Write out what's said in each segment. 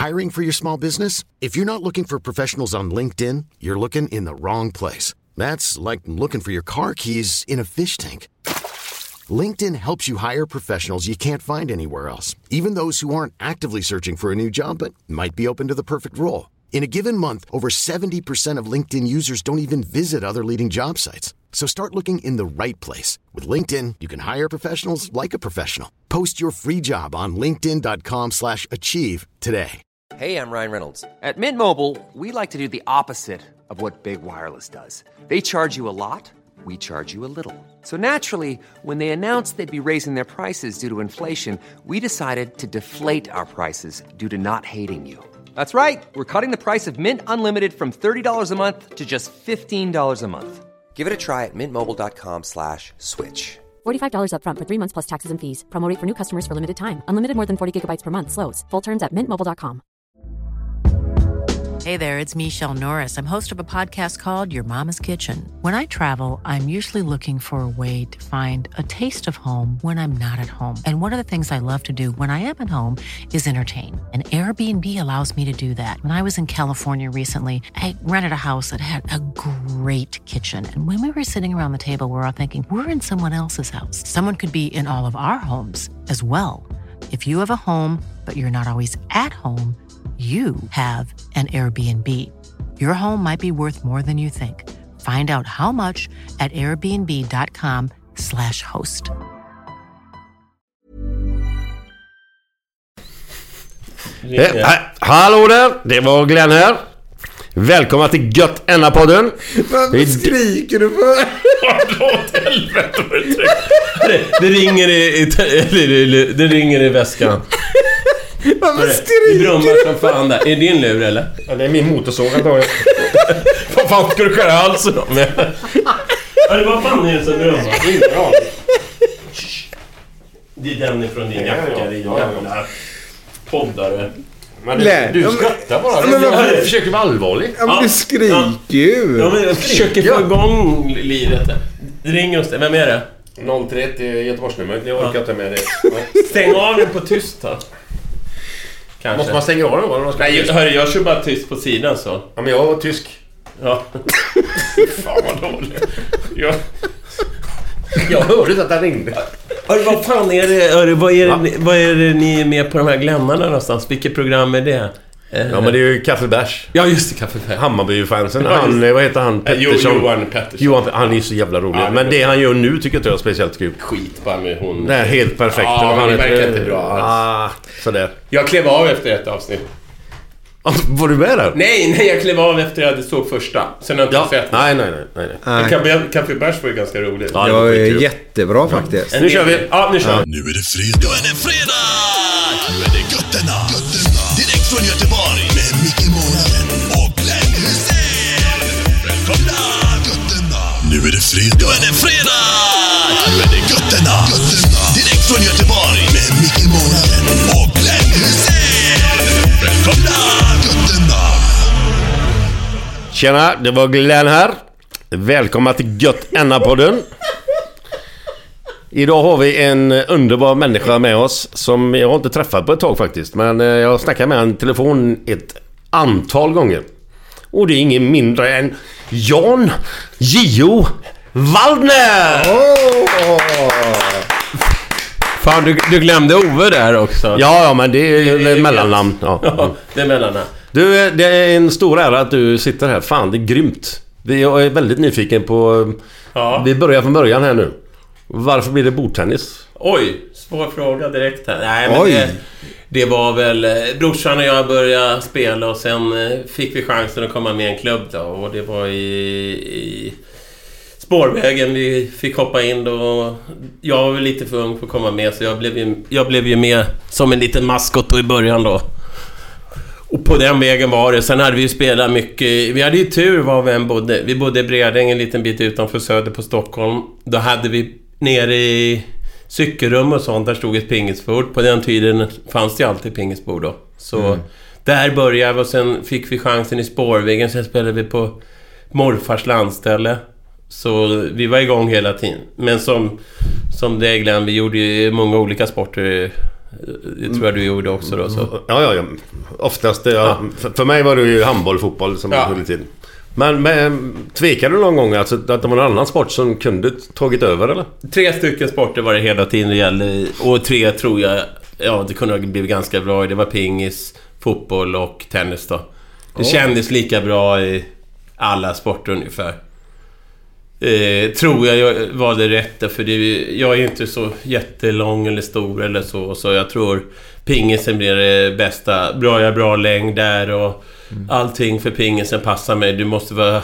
Hiring for your small business? If you're not looking for professionals on LinkedIn, you're looking in the wrong place. That's like looking for your car keys in a fish tank. LinkedIn helps you hire professionals you can't find anywhere else, even those who aren't actively searching for a new job but might be open to the perfect role. In a given month, over 70% of LinkedIn users don't even visit other leading job sites. So start looking in the right place. With LinkedIn, you can hire professionals like a professional. Post your free job on linkedin.com/achieve today. Hey, I'm Ryan Reynolds. At Mint Mobile, we like to do the opposite of what Big Wireless does. They charge you a lot, we charge you a little. So naturally, when they announced they'd be raising their prices due to inflation, we decided to deflate our prices due to not hating you. That's right. We're cutting the price of Mint Unlimited from $30 a month to just $15 a month. Give it a try at mintmobile.com/switch. $45 up front for 3 months plus taxes and fees. Promo rate for new customers for limited time. Unlimited more than 40 gigabytes per month. Slows full terms at mintmobile.com. Hey there, it's Michelle Norris. I'm host of a podcast called Your Mama's Kitchen. When I travel, I'm usually looking for a way to find a taste of home when I'm not at home. And one of the things I love to do when I am at home is entertain. And Airbnb allows me to do that. When I was in California recently, I rented a house that had a great kitchen. And when we were sitting around the table, we were all thinking, we're in someone else's house. Someone could be in all of our homes as well. If you have a home, but you're not always at home, you have an Airbnb. Your home might be worth more than you think. Find out how much at airbnb.com/host. Hallå där, det var Glenn här. Välkomna till Gött Enna-podden. Vad skriker du för? Det ringer i väskan. Vad skriker du? Det brummar som fan där. Är det din lur eller? Ja, det är min motorsåg antagligen. Vad fan ska du skära halsen om? Ja, det var fan är det som brummar. Det är den ifrån din jacka. Det är jävla poddare. Men du skrattar bara. Jag försöker vara allvarlig. Ja, men du skriker ju. Ja, men jag försöker få igång livet. Det ringer oss. Vem är det? 031 är Göteborgsnumret. Jag orkar inte med det. Stäng av den på tyst då. Kanske. Måste man stänga av den då? Nej, jag kör bara tyst på sidan så. Ja, men jag var tysk. Ja. Fan vad dåligt. Jag hörde att det ringde. Vad fan är det? Vad är det ni är med på de här glömmarna någonstans? Vilket program är det? Ja, men det är ju Kaffebärs. Ja, just det, Kaffebärs. Hammarby-fansen. Han, vad heter han? Pettersson. Johan Pettersson. Han är så jävla rolig. Ja, men det han gör nu tycker jag inte är speciellt kul. Skit bara med hon. Det är helt perfekt. Ja, han verkar inte bra alls. Sådär. Jag klev av efter ett avsnitt. Var du med där? Nej, jag klev av efter jag såg första. Sen har jag inte sett. Nej. Kaffebärs var ju ganska roligt. Ja, det var jättebra faktiskt. Nu kör vi. Ja, nu kör vi. Nu är det fredag. Nu är det Götterna. Direkt från Göteborg med Micke Månaden och Glenn Hussein. Välkomna Götterna. Nu är det fredag. Nu är det Götterna. Direkt från Göteborg med Micke Månaden och Glenn Hussein. Välkomna Götterna. Tjena, det var Glenn här. Välkomna till Gött Enna-podden. Idag har vi en underbar människa med oss som jag har inte träffat på ett tag faktiskt. Men jag har snackat med en telefon ett antal gånger. Och det är ingen mindre än Jan Gio Waldner! Fan, du glömde Ove där också. Ja, men det är mellannamn. Ja, det är mellannamn. Du, det är en stor ära att du sitter här. Fan, det är grymt. Jag är väldigt nyfiken på... Ja. Vi börjar från början här nu. Varför blir det bordtennis? Oj, svår fråga direkt här. Nej, men det var väl... Brorsan och jag började spela och sen fick vi chansen att komma med i en klubb då. Och det var i Spårvägen vi fick hoppa in då. Jag var väl lite för ung för att komma med, så jag blev ju med som en liten maskot då i början då. Och på den vägen var det. Sen hade vi ju spelat mycket. Vi hade ju tur var vi än bodde. Vi bodde i Bredäng en liten bit utanför Söder på Stockholm. Då hade vi nere i cykelrum och sånt. Där stod ett pingisbord. På den tiden fanns det alltid pingisbord då. Så där började vi och sen fick vi chansen i Spårvägen. Sen spelade vi på morfars landställe. Så vi var igång hela tiden. Men som det Glenn, vi gjorde ju många olika sporter Det tror jag du gjorde också då. Så. Ja. Oftast, för mig var det ju handboll, fotboll som jag höll tiden. Men tvekade du någon gång att det var någon annan sport som kunde tagit över, eller? 3 stycken sporter var det hela tiden det gällde. Och 3 tror jag, det kunde ha blivit ganska bra. Det var pingis, fotboll och tennis då. Det kändes lika bra i alla sporter ungefär. Tror jag var det rätta, för jag är inte så jättelång eller stor eller så jag tror pingisen blir det bästa. Bra längd där och allting för pingisen passar mig. Du måste vara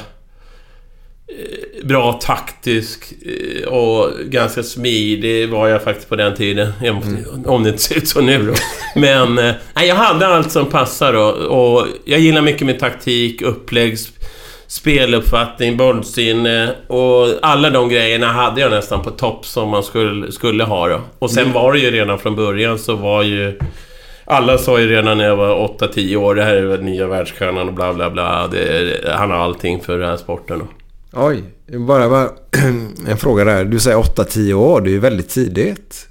bra taktisk och ganska smidig var jag faktiskt på den tiden. Om det inte ser ut så nu då. Men jag hade allt som passar då, och jag gillar mycket med taktik, upplägg, speluppfattning, bollsinne och alla de grejerna hade jag nästan på topp som man skulle ha då. Och sen var det ju redan från början så var ju alla sa ju redan när jag var 8-10 år, det här är nya världsstjärnan och bla bla bla, han har allting för den här sporten då. Oj, bara en fråga där. Du säger 8-10 år, det är ju väldigt tidigt.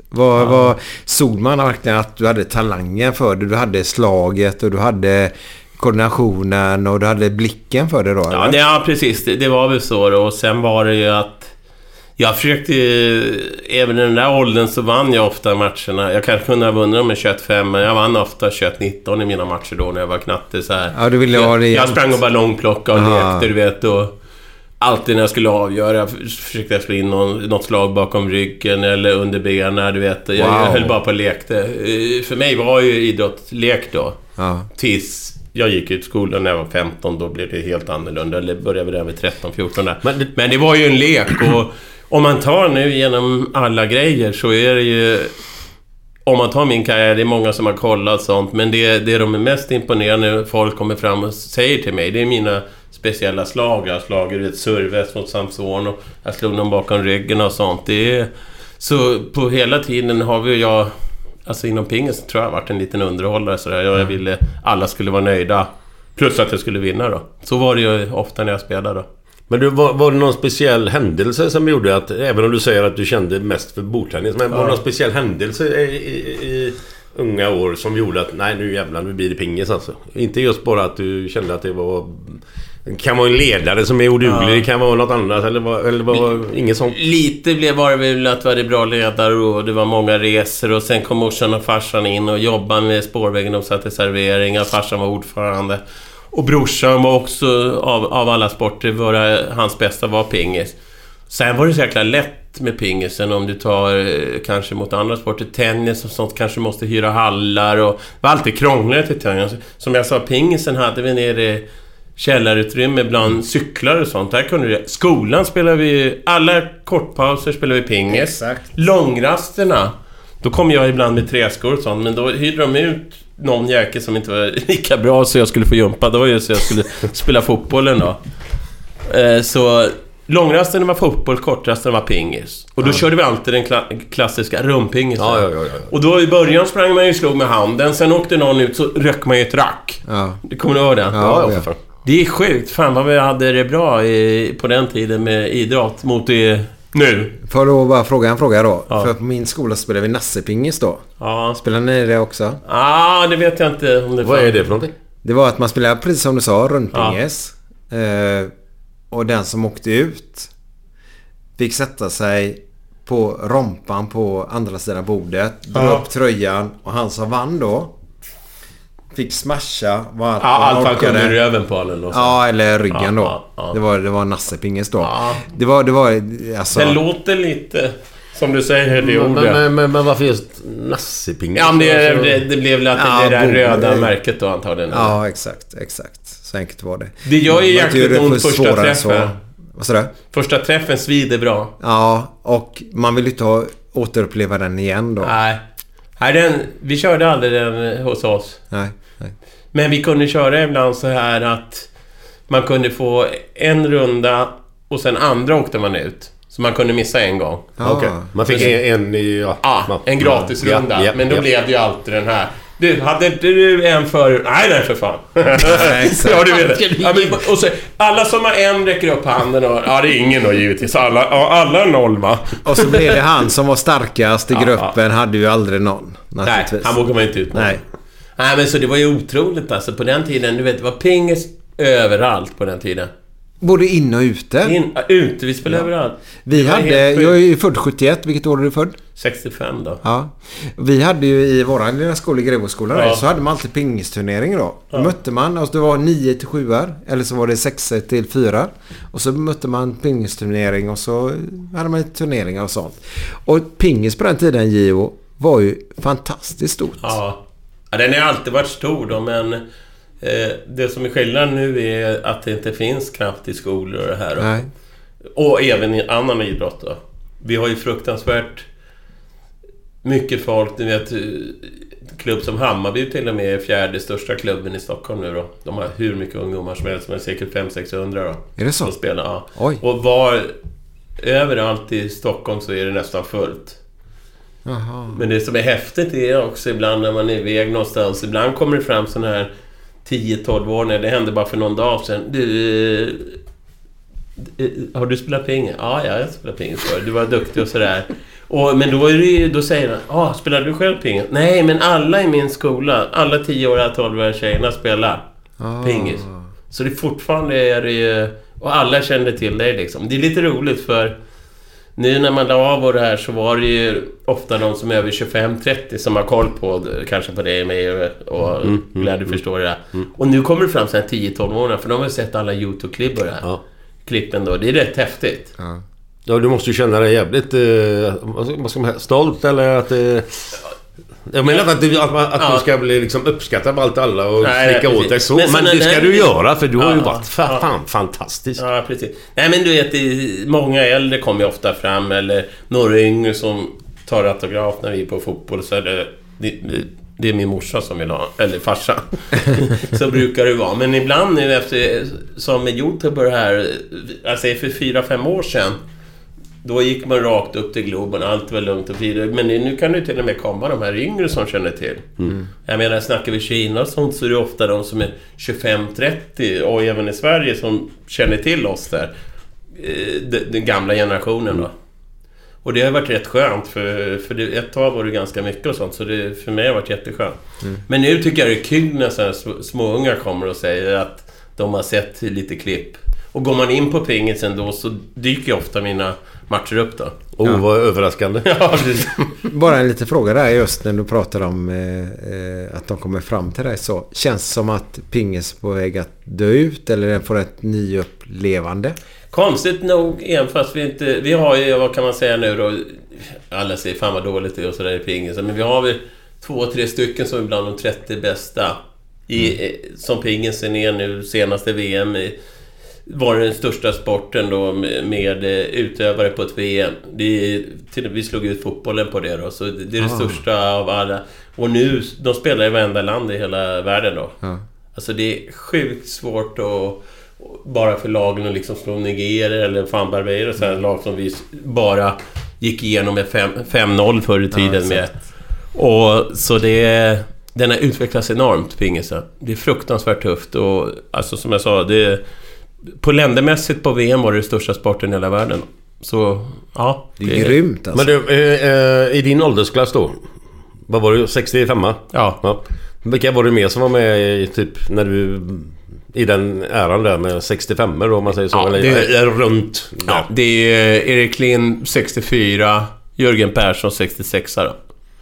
Såg man verkligen att du hade talangen för det? Du hade slaget och du hade koordinationen och du hade blicken för det då? Eller? Ja, precis. Det var väl så då. Och sen var det ju att jag försökte, även i den där åldern så vann jag ofta matcherna. Jag kanske kunde ha vunnit med 21-5, men jag vann ofta 21-19 i mina matcher då när jag var knatte så här. Ja, du ville ha det. Jag sprang och ballongplockade och lekte, du vet, och alltid när jag skulle avgöra försökte jag slå in något slag bakom ryggen eller under benen, du vet. Jag höll bara på och lekte. För mig var ju idrott lek då. Ja. Tills jag gick ut skolan när jag var 15, då blev det helt annorlunda. Eller började vi där med 13-14 där. Men det var ju en lek, och om man tar nu genom alla grejer så är det ju, om man tar min karriär, det är många som har kollat sånt, men det de är mest imponerande folk kommer fram och säger till mig, det är mina speciella slag. Jag slagit ett serveväst mot Samson och jag slog någon bakom ryggen och sånt. Så på hela tiden har jag, alltså inom pingen så tror jag varit en liten underhållare sådär. Jag ville alla skulle vara nöjda, plus att jag skulle vinna då. Så var det ju ofta när jag spelade då. Men var det någon speciell händelse som gjorde att, även om du säger att du kände mest för bordtennis, men var det någon speciell händelse i unga år som gjorde att nej, nu jävlar, nu blir det pingis alltså? Inte just bara att du kände att det kan vara en ledare som är oduglig, det kan vara något annat, eller var inget sånt? Lite var det väl att det var bra ledare och det var många resor, och sen kom morsan och farsan in och jobbade med spårvägen och satte serveringar, farsan var ordförande. Och brorsan var också av alla sporter, hans bästa var pingis. Sen var det så jäkla lätt med pingisen om du tar kanske mot andra sporter, tennis och sånt, kanske måste hyra hallar och det var alltid krångligare till tennis. Som jag sa, pingisen hade vi nere källarutrymme bland cyklar och sånt. Där kunde det. Skolan spelade vi, alla kortpauser spelade vi pingis. Exakt. Långrasterna, då kom jag ibland med träskor och sånt, men då hyrde de ut någon jäkel som inte var lika bra så jag skulle få jumpa. Det var ju så jag skulle spela fotbollen då. Så långrasten var fotboll, kortrasten var pingis. Och då körde vi alltid den klassiska rumpingisen. Ja. Och då i början sprang man ju slog med handen. Sen åkte någon ut så röck man ju ett rack. Ja. Det kommer du ihåg det? Ja. Det är sjukt. Fan vad vi hade det bra på den tiden med idrott mot det nu. För att bara fråga en fråga då. Ja. För på min skola spelade vi nassepingis då. Ja. Spelar ni det också? Ja, det vet jag inte om det. Vad är det för någonting? Det var att man spelade precis som du sa, rundpingis. Ja. Och den som åkte ut fick sätta sig på rompan på andra sidan bordet, dra upp tröjan, och han som vann då fick smasha allt han kunde röven på eller något. Ja, eller ryggen då. Ja. Det var nassepingis då. Ja. Det var alltså... Det låter lite som du säger det ordet. Men varför just nassepingis? Ja, men det blev väl att det där röda märket då antagligen. Ja, exakt. Så enkelt var det. Det gör ju jäkligt ont första träffen. Vad sa du? Första träffen svider bra. Ja, och man vill ju inte återuppleva den igen då. Nej, vi körde aldrig den hos oss. Nej. Men vi kunde köra ibland så här att man kunde få en runda och sen andra åkte man ut. Så man kunde missa en gång. Okay. Man fick en gratis runda. Men då blev det ju alltid den här Du, hade inte du en för... Nej, för fan. Ja, du vet det. Ja, men, och så, alla som har en räcker upp handen och... Ja, det är ingen då givetvis. Alla 0, va? Och så blev det han som var starkast i gruppen. Hade ju aldrig någon. Nej, han vågar man inte ut med. Nej, men så det var ju otroligt alltså. På den tiden, du vet, det var pingis överallt på den tiden. Både in och ute? Ute, vi spelade överallt. Jag är ju född 71. Vilket år är du född? 65 då. Ja. Vi hade ju i våran lilla skola i Grevåskolan så hade man alltid pingisturneringar då. Då mötte man, alltså det var 9-7 eller så var det 6-4. Och så mötte man pingisturnering och så hade man turneringar och sånt. Och pingis på den tiden, Gio, var ju fantastiskt stort. Ja, den har alltid varit stor då, men... det som är skillnad nu är att det inte finns knappt i skolor och det här. Nej. Och även i annan idrott då. Vi har ju fruktansvärt mycket folk. Du vet, klubb som Hammarby till och med är 4:e största klubben i Stockholm nu då. De har hur mycket ungdomar som helst, men säkert 500-600 då. Är det så? Som spelar, ja. Oj. Och överallt i Stockholm så är det nästan fullt. Aha. Men det som är häftigt är också ibland när man är iväg någonstans. Ibland kommer det fram sån här 10-12 år när det hände bara för någon dag sedan. Har du spelat pingis? Ja, jag har spelat pingis för. Du var duktig och sådär. Men då är det ju, då säger han, spelar du själv pingis? Nej, men alla i min skola, alla 10-åriga, 12-åriga tjejerna spelar pingis. Så det fortfarande är det ju, och alla kände till det liksom. Det är lite roligt för nu när man la av och det här så var det ju ofta de som är över 25-30 som har koll på kanske på det med och lär du förstå det där. Och nu kommer det fram så här 10-12 år för de har sett alla YouTube-klipp och det här. Klippen då, det är rätt häftigt. Ja, du måste ju känna dig jävligt vad ska man säga, stolt eller att jag menar att du ska bli liksom uppskattad av allt alla och slicka åt dig så. Men det ska du göra för du har ju varit fan fantastisk. Ja, precis. Nej, men du vet, många äldre kommer ju ofta fram eller några yngre som tar autograf när vi är på fotboll så är det är min morsa som vill ha, eller farsa. Så brukar det vara. Men ibland nu efter, som med YouTuber här, alltså för 4-5 år sedan, då gick man rakt upp till Globen, allt var lugnt och fint. Men nu kan det till och med komma de här yngre som känner till. Jag menar, snackar vi Kina och sånt så är det ofta de som är 25-30 och även i Sverige som känner till oss där. Den gamla generationen då. Och det har varit rätt skönt för det, ett tag var det ganska mycket och sånt så det för mig har varit jätteskönt. Men nu tycker jag det är kul när så här små unga kommer och säger att de har sett lite klipp. Och går man in på pingisen då så dyker ofta mina matcher upp då. Vad överraskande. Bara en liten fråga där just när du pratar om att de kommer fram till dig så. Känns det som att pingis på väg att dö ut eller den får ett nyupplevande? Konstigt nog, även fast vi har ju, vad kan man säga nu då, alla säger fan vad dåligt det är och sådär i pingisen, men vi har väl 2-3 stycken som är bland de 30 bästa som pingisen är nu, senaste VM var den största sporten då med utövare på ett VM. Vi slog ut fotbollen på det då, så det är det största av alla. Och nu, de spelar i varenda land i hela världen då. Alltså det är sjukt svårt att bara för lagen att liksom slå Nigeria eller fan Barbados, så här lag som vi bara gick igenom med 5-0 förr i tiden med. Och så den har utvecklats enormt, pingisen. Det är fruktansvärt tufft och alltså som jag sa, på ländermässigt på VM var det största sporten i hela världen. Så ja, det är grymt alltså. Men du, i din åldersklass då, vad var du, 65? Ja. Vilka var du med som var med i typ när du i den äran där med 65 då, om man säger så, eller det är runt där. Ja, det är Erik Lind 64, Jörgen Persson 66 då.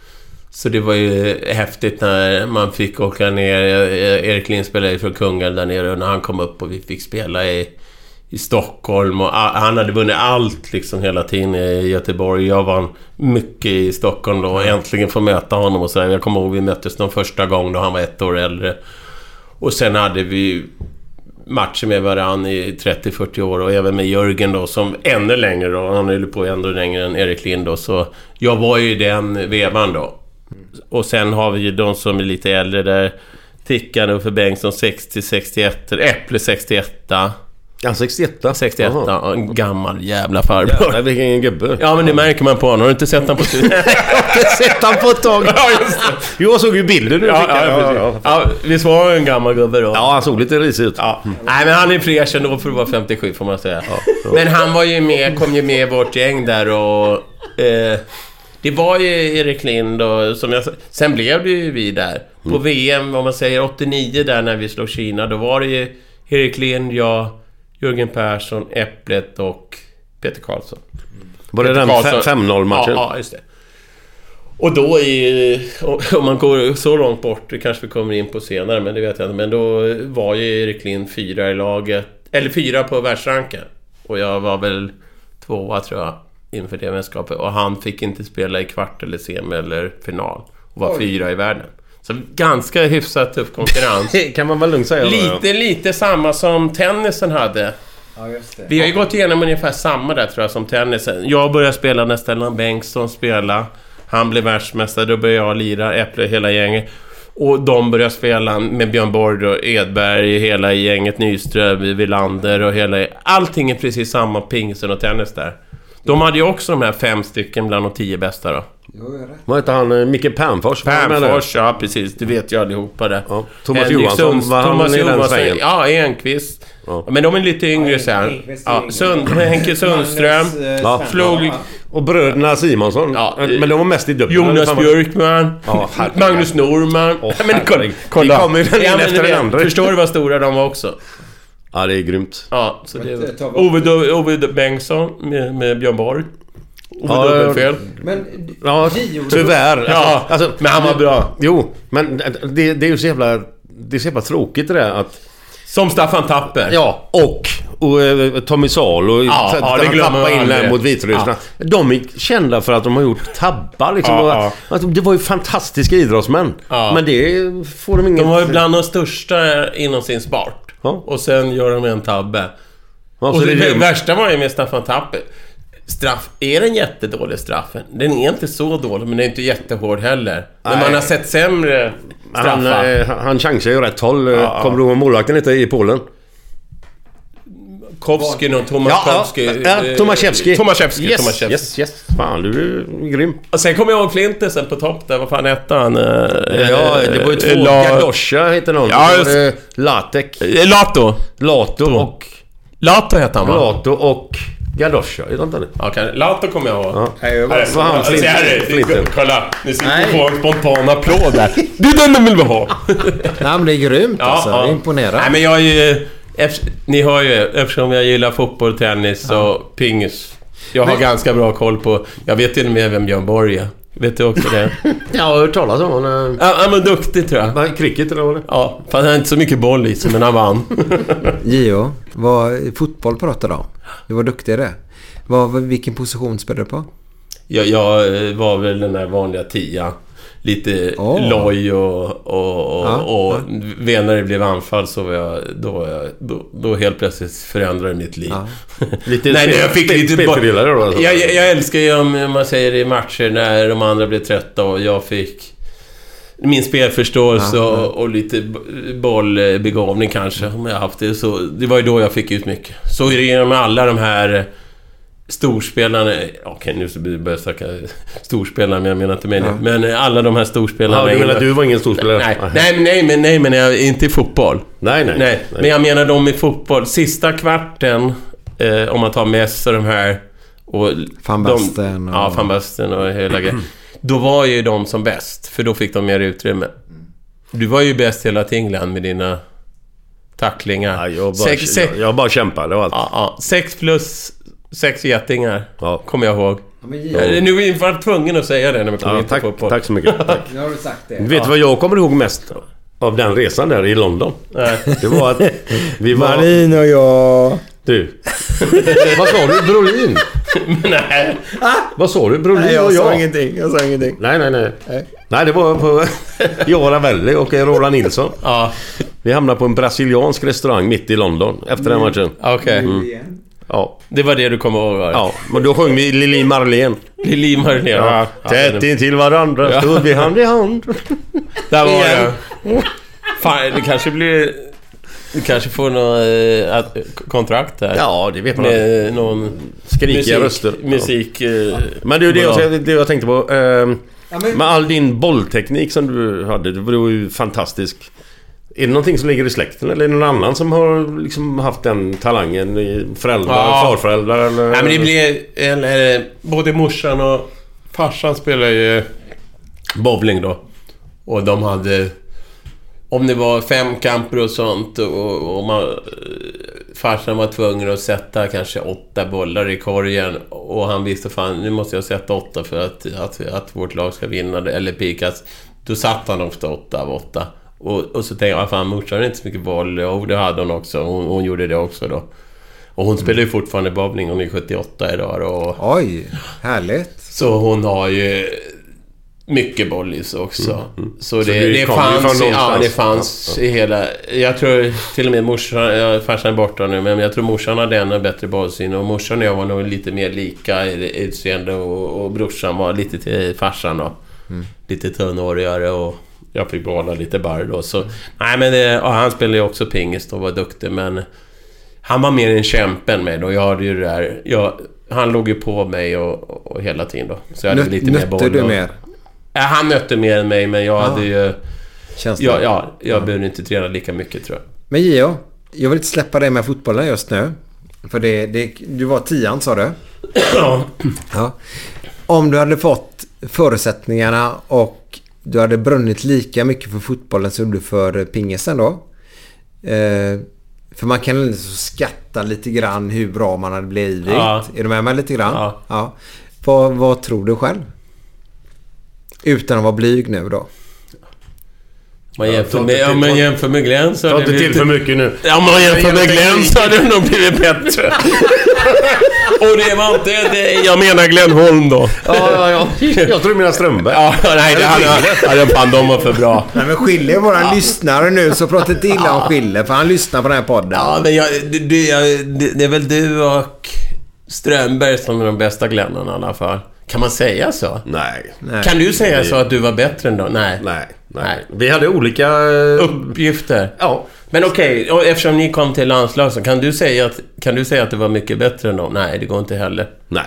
Så det var ju häftigt när man fick åka ner. Erik Lind spelade från Kungälv där nere och när han kom upp och vi fick spela i Stockholm och han hade vunnit allt liksom hela tiden i Göteborg. Jag var mycket i Stockholm då och äntligen få möta honom och så där. Jag kommer ihåg vi möttes de första gången då han var 1 år äldre. Och sen hade vi matcher med varann i 30-40 år och även med Jörgen då som ännu längre då. Han höll på ännu längre än Erik Lind då. Så jag var ju den vevan då. Och sen har vi ju de som är lite äldre där. Tickan och för Bengtsson 60-61, Äpple 61. Ja, 61. 61, ja, en gammal jävla farbror. Ja, vilken gubbe. Ja, men det märker man på honom. Har du inte sett han på studion? Jag har inte sett han på ett tag. Ja, just det. Jag såg ju bilden nu. Ja, visst var en gammal gubbe då? Ja, han såg lite risig ut. Ja. Nej, men han är fräsch ändå för att vara 57, får man säga. Ja. Men han var ju med, kom ju med i vårt gäng där och... det var ju Erik Lind och som jag... Sen blev det ju vi där. På VM, om man säger 89 där när vi slog Kina, då var det ju Erik Lind, jag, Jörgen Persson, Äpplet och Peter Karlsson. Var det den 5-0-matchen? Ja, just det. Och då om man går så långt bort, det kanske vi kommer in på senare, men det vet jag inte. Men då var ju Erik Lind 4 i laget, eller 4 på världsranken. Och jag var väl 2, tror jag, inför det mästerskapet. Och han fick inte spela i kvart eller semi eller final. Och var 4 i världen. Så ganska hyfsat tuff konkurrens. Kan man väl lugnt säga. Lite samma som tennisen hade. Ja, just det. Vi har ju gått igenom ungefär samma där, tror jag, som tennisen. Jag började spela när Stellan Bengtsson spela. Han blev världsmästare, då började jag lira, Äpple, hela gänget. Och de började spela med Björn Borg och Edberg, hela gänget, Nyström, Villander och hela... Allting är precis samma, pingsen och tennis där. De hade ju också de här 5 stycken bland de 10 bästa då. Vad heter han? Micke Pernfors? Pernfors, ja precis. Det vet jag allihopa det. Ja. Thomas Johansson, Thomas Johansson, ja, Enqvist. Ja. Men de är lite yngre sen. Ja, Henke Sundström. Ja. Slog... Och bröderna Simonsson. Ja. Men de var mest i dubbel. Jonas Björkman. Ja, Magnus Norman. Men kolla. De kommer ju en efter den andra. Förstår du vad stora de var också? Ja, det är grymt. Ja, så det Ove Bengtsson med Björn Borg. Ove dubbelfel. Men ja, tyvärr. Ja, alltså, men han var bra. Jo, men det är ju så jävla... Det är så jävla tråkigt det där att... Som Staffan Tapper. Ja, och Tommy Salo och det glömmer in där mot Vitryssland. Ja. De är kända för att de har gjort tabbar liksom. Det var ju fantastiska idrottsmän. Ja. Men det får de inget... De var ju bland de största inom sin sport. Ja. Och sen gör de en tabbe. Ja, och det värsta var ju med Staffan Tapper. Straff, är den jättedålig straffen? Den är inte så dålig, men den är inte jättehård heller. Men man har sett sämre straffar. Han chansar ju rätt håll. Ja. Kommer du ihåg målvakten lite i Polen? Kowski och Tomaszewski. Yes. Fan, du är grym. Och sen kommer jag ihåg Flintesen på topp där. Vad fan hette han? Det var ju 2 Gadosha heter någon. Ja, Latek. Lato och... Lato heter han, va? Lato och... Gadosha, är det inte det? Okej, Lato kommer jag ihåg. Ja. Flinten. Kolla, ni sitter på en spontan applåd där. Det är den de vill ha. Nej, men det är grymt alltså. Ja. Imponerande. Nej, men jag är ju... Ni har ju, eftersom jag gillar fotboll, tennis och pingis. Jag har ganska bra koll på... Jag vet till och med vem Björn Borg är. Vet du också det? Jag har hört talas om honom. Ja, men duktig tror jag. Var cricket eller vad det? Ja, fast han har inte så mycket boll i sig, men han vann. Gio, vad fotboll pratade om? Du var duktig i det. Vilken position spelade du på? Jag var väl den där vanliga 10. Lite loj och när det blev anfall så var jag då helt plötsligt förändrade mitt liv. Lite jag fick lite jag älskar ju om man säger i matcher när de andra blev trötta och jag fick min spelförståelse och lite bollbegåvning kanske om jag haft det, så det var ju då jag fick ut mycket. Så är det genom alla de här storspelarna, okej, nu så börjar jag snacka storspelarna, men jag menar inte med det. Men alla de här storspelarna... Ja, du menar du var ingen storspelare? Nej, men jag inte i fotboll. Nej. Men jag menar de i fotboll. Sista kvarten, om man tar Messi och de här... Och Van Basten. Ja, Van Basten och hela grejen. Då var ju de som bäst, för då fick de mer utrymme. Du var ju bäst hela England med dina tacklingar. Ja, jag bara kämpade och allt. Ja, 6 plus 6 getingar, kommer jag ihåg. Nu är jag tvungen att säga det när man kommer in på. Tack så mycket. Tack. Nu har du sagt det. Vet du vad jag kommer ihåg mest av den resan där i London? Det var att vi var... Marin och jag... Du. Vad sa du? Brolin? Nej. Vad sa du? Brolin och jag? Jag sa ingenting. Nej, det var på jag, Ravelli och Roland Nilsson. Ja. Vi hamnade på en brasiliansk restaurang mitt i London efter den matchen. Okej. Ja, det var det du kommer ihåg. Ja, men då sjöng vi Lili Marlene. Ja. Tätt in till varandra, stod vi hand i hand. Där var jag. Fan, det kanske blir Du kanske får något kontrakt där. Ja, det vet man. Med någon skrikiga röster. Musik. Men det jag tänkte på. Med all din bollteknik som du hade, det var ju fantastisk. Är det någonting som ligger i släkten eller är det någon annan som har liksom haft den talangen? Föräldrar, farföräldrar eller? Nej, men det blir både morsan och farsan spelar ju bowling då. Och de hade, om det var 5 kamper och sånt, och farsan var tvungen att sätta kanske 8 bollar i korgen, och han visste fan, nu måste jag sätta 8 för att vårt lag ska vinna eller pikas. Då satt han ofta 8 av 8. Och så tänkte jag, fan, morsan har inte så mycket boll. Och det hade hon också, hon gjorde det också då. Och hon spelar ju fortfarande bowling, hon är 78 idag då. Oj, härligt. Så hon har ju mycket bollis också. Så det fanns i hela... Jag tror till och med morsan, farsan är borta nu, men jag tror morsan hade ännu bättre bollsyn. Och morsan och jag var nog lite mer lika i utseende, och brorsan var lite till farsan då. Lite tunnårigare, och jag fick behålla lite barr då. Så, nej, men han spelade ju också pingis och var duktig, men han var mer en kämpen med då. Jag hade ju det där... Han låg ju på mig och hela tiden då. Så jag hade lite mer boll. Nötte du mer? Han nötte mer än mig, men jag hade ju... Jag behövde inte träna lika mycket, tror jag. Men Gio, jag vill inte släppa dig med fotbollen just nu. För du var 10, sa du? Ja. Om du hade fått förutsättningarna och du hade brunnit lika mycket för fotbollen som du för pingisen då. För man kan skatta lite grann hur bra man hade blivit. Ja. Är du med mig lite grann? Ja. Vad tror du själv? Utan att vara blyg nu då. Man jämför med Glenn så har det blivit... till för mycket nu. Ja, man jämför med Glenn så har det nog blivit bättre. Och det var inte det. Jag menar Glenn Holm då. Ja. Jag tror du menar Strömberg. Nej, det hade fan, de var för bra. Nej, men Schille är våran lyssnare nu, så prata inte illa om Schille, för han lyssnar på den här podden. Ja, men det är väl du och Strömberg som är de bästa Glennarna i alla fall. Kan man säga så? Nej. Kan du säga så att du var bättre än då? Nej. Vi hade olika uppgifter. Ja. Men okej, eftersom ni kom till landslag, så kan du säga att du var mycket bättre än dem? Nej, det går inte heller. Nej.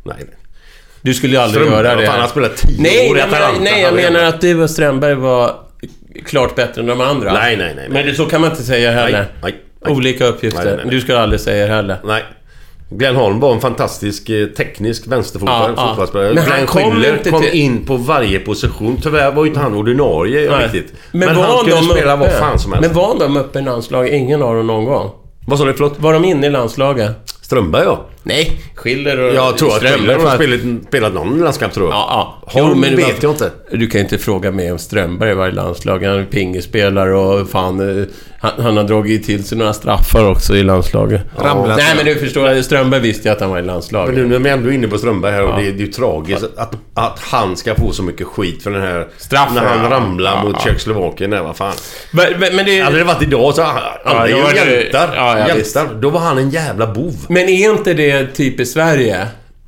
Du skulle ju aldrig göra det. Han spelat 10 år. Nej, jag menar att du och Strömberg var klart bättre än de andra. Nej. Men så kan man inte säga heller. Nej. Olika uppgifter. Nej. Du skulle aldrig säga heller. Nej. Glenn Holm var en fantastisk teknisk vänsterfotbollsspelare. Men han kom in på varje position. Tyvärr var ju inte han ordinarie riktigt. Men han kunde spela vad fan som helst. Men var de uppe i landslaget? Ingen av dem någon gång. Vad sa du, förlåt? Var de inne i landslaget? Strömberg, ja. Nej, Schiller och jag tror att Schiller har spelat någon landskamp, tror jag. Ja. Holm vet jag inte. Du kan inte fråga mig om Strömberg var i landslaget. Han är pingespelare och fan... Han har dragit till sig några straffar också i landslaget. Ja. Nej, men du förstår, Strömberg visste ju att han var i landslaget. Men nu är vi ändå inne på Strömberg här, och det är ju tragiskt att han ska få så mycket skit för den här straffen när han ramlar mot Tjeckoslovakien. Nej, vad fan. Men det hade det varit idag så alla är ju hjältar. Då var han en jävla bov. Men är inte det typ i Sverige?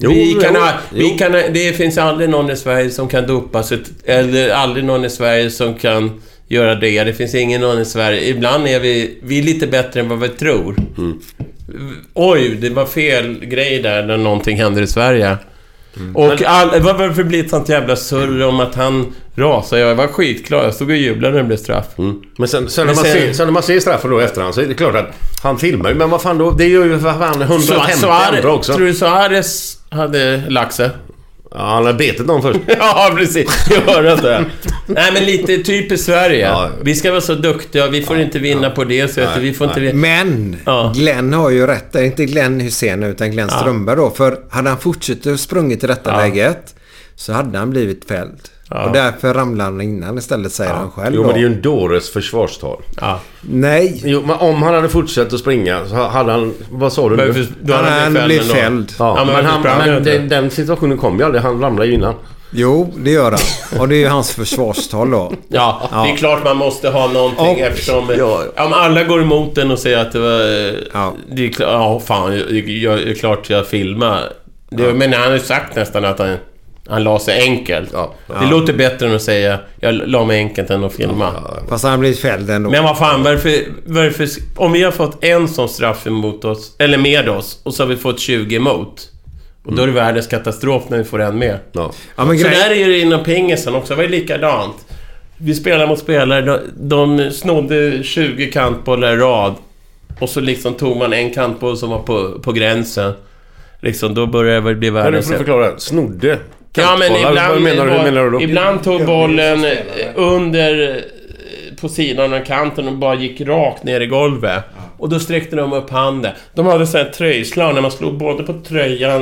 Det finns aldrig någon i Sverige som kan dopa sig, eller aldrig någon i Sverige som kan göra det. Det finns ingen någon i Sverige. Ibland är vi lite bättre än vad vi tror. Oj, det var fel grej där när någonting händer i Sverige. Och varför blir det sånt jävla surr om att han rasar? Jag var skitklar, jag stod och jublade när det blev straff. Men sen när man ser straffen då efterhand, så är det klart att han filmar ju. Men vad fan då, det gör ju för fan 150 andra också. Tror du Suarez hade lagt sig? Ja, han har betet någon först. Ja, precis. Jag hör det. Nej, men lite typiskt Sverige. Ja. Vi ska vara så duktiga. Vi får inte vinna på det sättet. Vi får inte... Men Glenn har ju rätt. Det är inte Glenn Hussein utan Glenn Strömberg då. För hade han fortsatt sprungit i detta läget, så hade han blivit fälld. Och därför ramlade han innan istället, säger han själv. Jo, men det är ju en dåres försvarstal. Nej. Jo, men om han hade fortsatt att springa så hade han... Vad sa du? Han blev fälld. Men den situationen kom ju aldrig. Han ramlade ju innan. Jo, det gör han. Och det är ju hans försvarstal då. Ja, det är klart man måste ha någonting eftersom... Om alla går emot den och säger att det var... Det är klart... Ja, fan, det är klart jag filmar. Men han har ju sagt nästan att han... Han la sig enkelt. Ja. Det låter bättre än att säga jag la mig enkelt än att filma. Fast han har blivit fälld ändå. Men vad fan, varför om vi har fått en sån straff emot oss, eller med oss, och så har vi fått 20 emot, och då är det världens katastrof när vi får en med. Ja, men så där är det inom pengisen också. Det var likadant. Vi spelar mot spelare, de snodde 20 kantbollar i rad, och så liksom tog man en kantboll som var på gränsen. Liksom, då började det bli värre. Kan du förklara? Snodde? Ja, men ibland, menar du? Ibland tog bollen under på sidan av kanten och bara gick rakt ner i golvet. Och då sträckte de upp handen. De hade så här tröjslag när man slog både på tröjan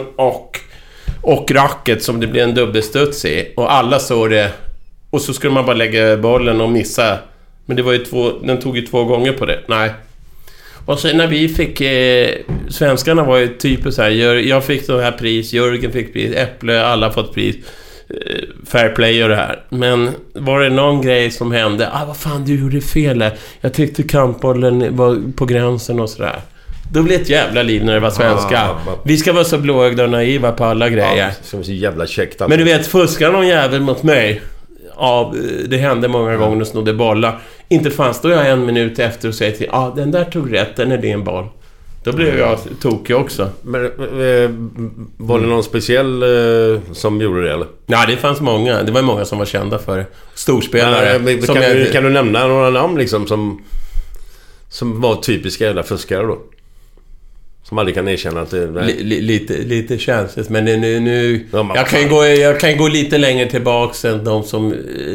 och racket som det blev en dubbelstuds i. Och alla såg det. Och så skulle man bara lägga bollen och missa. Men det var ju den tog ju 2 gånger på det. Nej. Och sen när vi fick svenskarna var ju typ så här, jag fick så här pris, Jörgen fick pris, Äpple, alla fått pris, fair play och det här. Men var det någon grej som hände, vad fan, du gjorde fel. Jag tyckte kampbollen var på gränsen och sådär. Då blev det ett jävla liv när det var svenska. Vi ska vara så blåögda och naiva på alla grejer. Som så jävla käckt. Men du vet, fuskar någon jävel mot mig. Ja, det hände många gånger och snodde bollar. Inte fanns då jag 1 minut efter och säger till den där tog rätt, den är din boll. Då blev jag tokig också. Men var det någon speciell som gjorde det eller? Nej, det fanns många. Det var många som var kända för det. Storspelare. Kan du nämna några namn liksom som var typiska jävla fuskare då? Som aldrig kan erkänna att det... Lite känsligt. Men nu jag kan gå lite längre tillbaka än de som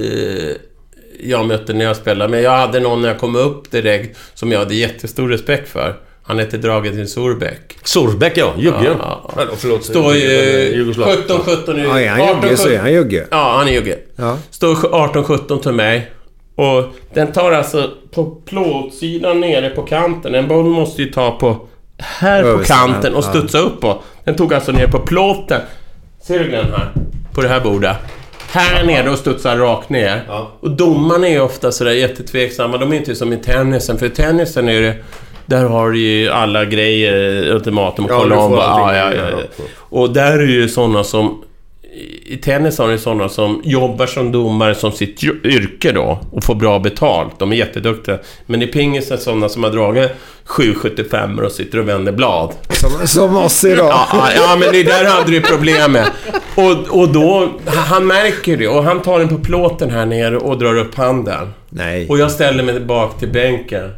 jag mötte när jag spelade. Men jag hade någon när jag kom upp direkt som jag hade jättestor respekt för. Han hette Dragutin Sorbeck. Sorbeck, ja. Jugge. Förlåt. Står ju 17 nu. Ja, han Jugge så är han Jugge. Ja, han är Jugge. Ja. Står 18-17 till mig. Och den tar alltså på plåtsidan nere på kanten. En boll måste ju ta på här på kanten och studsa upp på. Den tog alltså ner på plåten. Ser du den här? På det här bordet. Här nere och studsar rakt ner. Ja. Och domarna är ju ofta sådär jättetveksamma. De är inte som i tennisen. För i tennisen är det... Där har du ju alla grejer ultimatum och kolla om. Och där är ju sådana som... I tennis har det sådana som jobbar som domare som sitt yrke då och får bra betalt. De är jätteduktiga. Men i pingis är sådana som har dragit 7,75 och sitter och vänder blad. Som oss idag. Ja, men det där hade du problem med. Och då, han märker det och han tar den på plåten här nere och drar upp handen. Nej. Och jag ställer mig bak till bänken.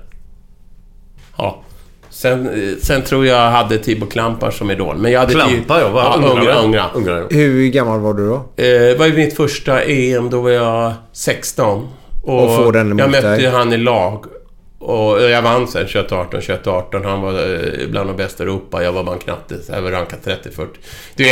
Ja. Sen tror jag hade Tibo Klampar som idol. Men jag hade Klampar, ungra. Hur gammal var du då? Det var ju mitt första EM, då var jag 16. Och får den jag mötte ju han i lag. Och jag vann sen 21-18. Han var bland de bästa i Europa. Jag var bara knappt, jag var rankat 30-40. Det är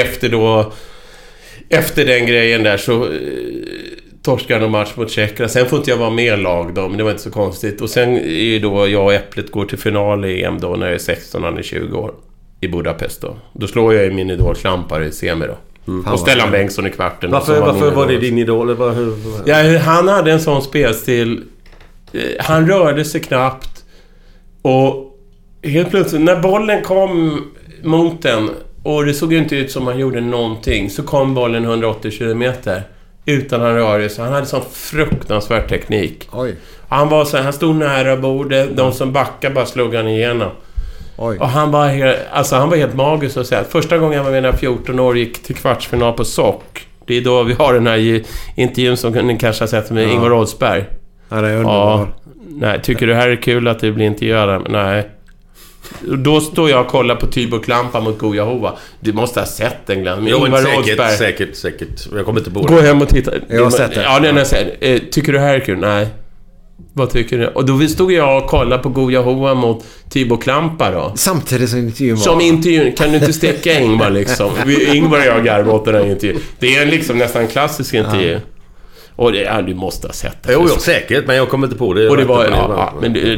efter den grejen där så torskade en match mot Tjeckien. Sen får inte jag vara med lag då, men det var inte så konstigt. Och sen är ju då jag och Äpplet går till final i EM då när jag är 16 och 20 år i Budapest då. Då slår jag i min idol Klampar i semi då. Och Stellan Bengtsson i kvarten. Varför var det din idol? Ja, han hade en sån spelstil. Han rörde sig knappt. Och helt plötsligt när bollen kom mot den och det såg ju inte ut som han gjorde någonting, så kom bollen 180 kilometer utan han rörde sig. Han hade sån fruktansvärd teknik. Oj. Han var så här, han stod nära bordet. De som backade bara slog han igenom. Oj. Och han var helt magisk att säga. Första gången jag var med när 14 år gick till kvartsfinal på SOK. Det är då vi har den här intervjun som ni kanske har sett med Ingvar Oldsberg. Ja, det är underbart. Nej, tycker du det här är kul att det blir intervjuad? Nej. Då står jag och kollar på Tibo Klampar mot Goja Hova. Du måste ha sett den, Glenn. Säkert. Jag kommer inte på det. Gå hem och titta. Jag har sett det. Ja, den har jag sett. Tycker du det här är kul? Nej. Vad tycker du? Och då stod jag och kollade på Goja Hova mot Tibo Klampar då. Samtidigt som intervjun var... Som intervjun. Kan du inte stecka Ingvar liksom? Ingvar och jag garvar åt den här intervjun. Det är liksom nästan en klassisk intervju. Ja. Och du måste ha sett det. Jo, säkert. Men jag kommer inte på det. Och det var...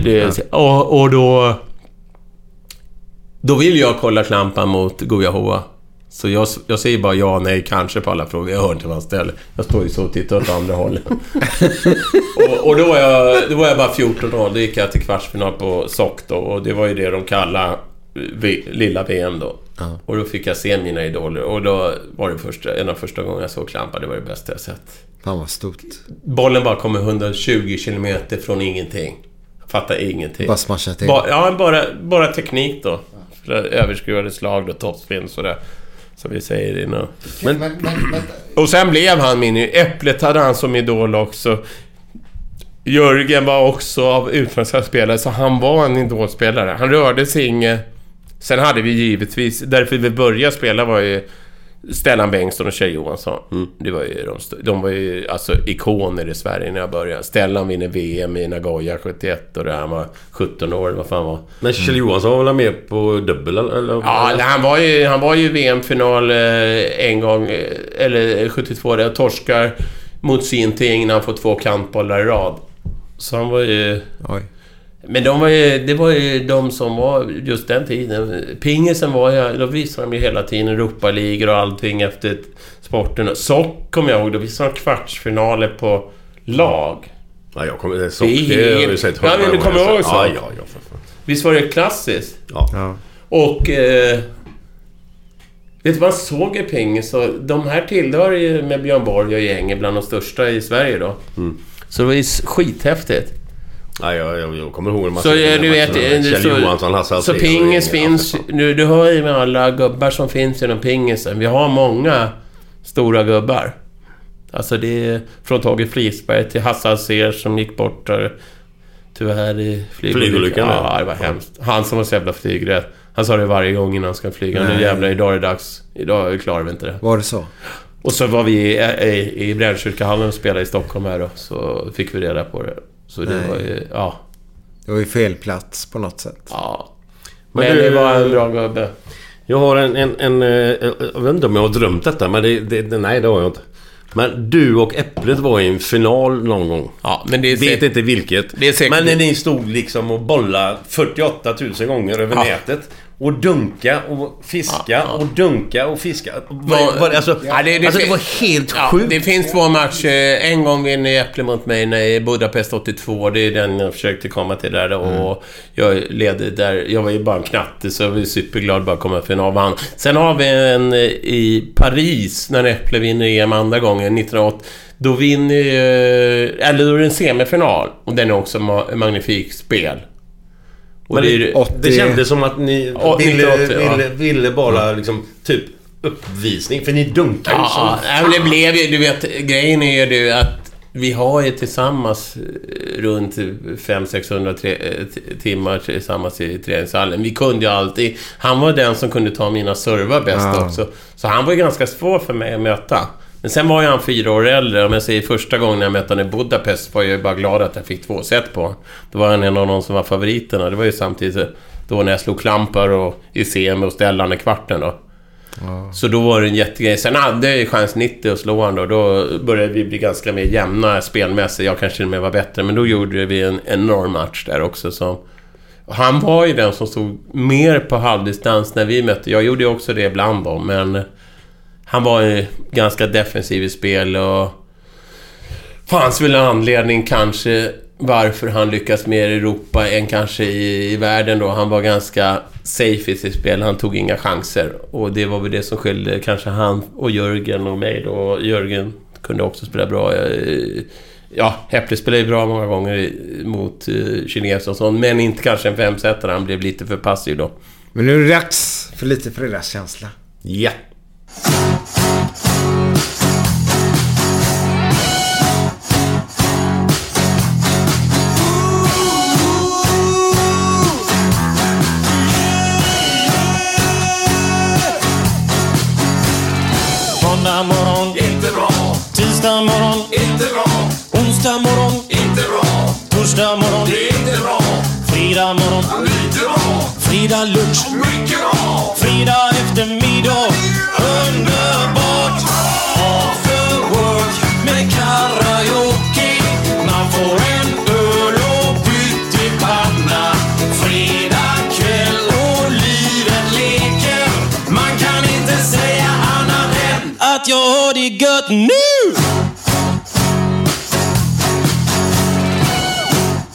Och då vill jag kolla Klampan mot Goja Hova. Så jag säger bara ja, nej, kanske på alla frågor. Jag hör inte vad han ställer. Jag står ju så och tittar åt andra hållet. och då var jag bara 14 år. Då gick jag till kvartsfinal på SOK då. Och det var ju det de kallar lilla VM då. Ja. Och då fick jag se mina idoler. Och då var det en av första gången jag såg Klampa. Det var det bästa jag sett. Fan vad stort. Bollen bara kommer 120 kilometer från ingenting. Fattar ingenting. Bara smasha till. Bara teknik då. Överskruvade slag då, toppspin sådär. Som vi säger innan. Men, och sen blev han min. Äpplet hade han som idol också. Jörgen var också av utländska spelare. Så han var en idolspelare. Han rörde sig inget. Sen hade vi givetvis, därför vi började spela var ju Stellan Bengtsson och Kjell Johansson. Det var ju de var ju alltså ikoner i Sverige när jag började. Stellan vinner VM i Nagoya 71 och han var 17 år, vad fan var. Men Kjell Johansson var väl med på dubbel eller? Ja, han var ju VM-final en gång eller 72 där, torskar mot sin ting när han får 2 kantbollar i rad. Så han var ju... Oj. Men det var ju de som var just den tiden. Pingisen var ju, då visade de ju hela tiden Europa-ligor och allting efter sporten. Så kommer jag ihåg, då visade de kvartsfinaler på lag. Ja, jag kommer det så. Det har vi sett. Ja, men du kommer ihåg så. Ja, för fan. Visst var det klassiskt? Ja. Och vet du vad man såg i pingis? Så de här tillhör ju med Björn Borg och gänget bland de största i Sverige då. Så det var ju skithäftigt. Ja, jag kommer ihåg en massa. Så du vet, Kjell Johansson, Hasse så pingis finns nu, du hör ju med alla gubbar som finns inom pingisen. Vi har många stora gubbar. Alltså det är från Tage Flisberg till Hasse Alsér som gick bort där, tyvärr i flygolyckan. Ja, det var hemskt. Han som var så jävla flygrädd. Han sa det varje gång innan han ska flyga. Nu jävlar, idag är det dags. Idag klarar vi inte det. Var det så? Och så var vi i Brännkyrkahallen och spelade i Stockholm här då. Så fick vi reda på det. Så det var ju, det var ju fel plats på något sätt. Ja. Men det var en bra gubbe. Jag har en jag vet inte om jag har drömt detta, men nej, det har jag inte. Men du och Äpplet var i en final någon gång. Ja, men det är vet inte vilket. Det är säkert. Men när ni stod liksom och bollade 48 000 gånger över nätet och dunka och fiska och dunka och fiska. Det var helt sjukt. Det finns 2 matcher. En gång vinner Äpplet mot mig i Budapest 82. Det är den jag försökte komma till där. Och jag ledde där. Jag var ju bara en knatte, så jag var superglad bara att komma till final. Sen har vi en i Paris när Äpplet vinner EM andra gången 1980. Då vinner eller då är det en semifinal. Och den är också magnifik spel. Och det kändes som att ni ville bara liksom typ uppvisning, för ni dunkar ju så. Men det blev ju, du vet, grejen är ju att vi har ju tillsammans runt 500-600 timmar tillsammans i träningshallen. Vi kunde ju alltid, han var den som kunde ta mina servar bäst också. Så han var ju ganska svår för mig att möta. Men sen var ju han 4 år äldre. Om jag säger första gången jag mötte han i Budapest var jag ju bara glad att jag fick 2 set på. Då var han en av de som var favoriterna. Det var ju samtidigt då när jag slog Klampar och i semi och Stellan i kvarten då. Så då var det en jättegrej. Sen hade jag chans 90 att slå han då. Då började vi bli ganska mer jämna spelmässigt. Jag kanske med var bättre. Men då gjorde vi en enorm match där också. Så han var ju den som stod mer på halvdistans när vi mötte. Jag gjorde ju också det ibland då. Men han var ju ganska defensiv i spel. Och fanns väl en anledning kanske varför han lyckas mer i Europa än kanske i världen då. Han var ganska safe i sitt spel. Han tog inga chanser. Och det var väl det som skilde kanske han och Jörgen och mig då. Jörgen kunde också spela bra. Äpplet spelade bra många gånger mot kineser och sånt. Men inte kanske en 5-setare. Han blev lite för passiv då. Men nu är det dags för lite fredagskänsla. Ja. Måndag morgon, inte bra. Tisdag morgon, inte bra. Onsdag morgon, inte bra. Torsdag morgon, det är inte bra. Fredag morgon, lite bra. Fredag lunch, mycket bra. Fredag eftermiddag, underbart. After work med karaoke. Man får en öl och pyttipanna. Fredag kväll och livet leker. Man kan inte säga annat än att jag har det gött nu.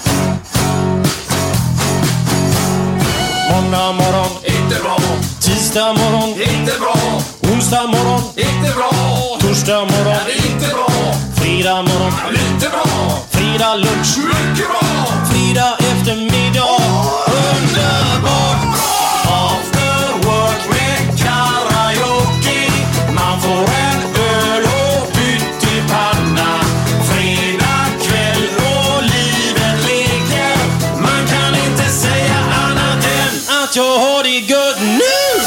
Måndag morgon, inte bra. Tisdag Tisdag morgon, inte bra. Onsdag morgon, inte bra. Torsdag morgon, inte bra. Fredag morgon, lite bra. Fredag lunch, mycket bra. Fredag eftermiddag, underbart bra. After work med karaoke. Man får en öl och pyttipanna. Fredag kväll och livet leker. Man kan inte säga annat än att jag har det gött nu.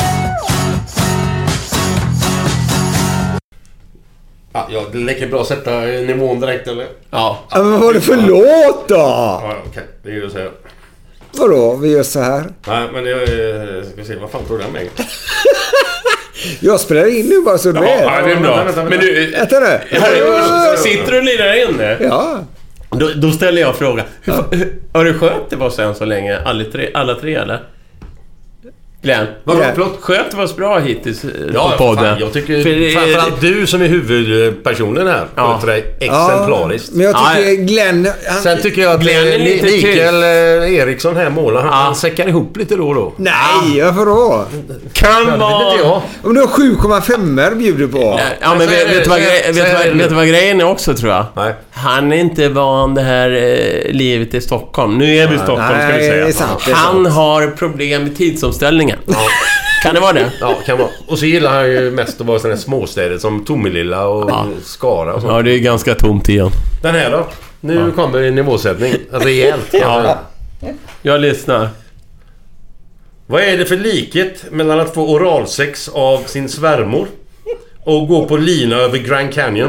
Ja, det läcker bra att sätta nivån direkt, eller? Ja. Men vad var det för låt då? Ja, okej. Det är ju så här. Vadå? Vi gör så här. Nej, men jag ska se. Vad fan tror du den med? Jag spelar in nu bara så du vet. Ja, det är bra. Men du... Vänta nu. Sitter du och lirar in det? Ja. Då ställer jag frågan. Har du skött det bara sen så länge? Alla tre eller? Glenn, sköt det var bra hittills på podden. Fan, jag tycker framförallt du som är huvudpersonen här sköter dig exemplariskt. Men jag tycker Glenn... Sen tycker jag att Mikael Eriksson här målar, han säckar ihop lite då och då. Nej, varför då? Kan vara... Om du har 7,5 bjuder på. Ja, men vet du vad grejen är också, tror jag? Nej. Han är inte van det här livet i Stockholm. Nu är vi i Stockholm, ska vi säga. Det är sant, han har problem med tidsomställningen. Ja. Kan det vara det? Ja, kan vara. Och så gillar han ju mest att vara i sådana småstäder som Tomelilla och Skara och sånt. Ja, det är ganska tomt igen. Den här då? Nu kommer en nivåsättning. Rejält. Ja. Jag lyssnar. Vad är det för likhet mellan att få oralsex av sin svärmor och gå på lina över Grand Canyon?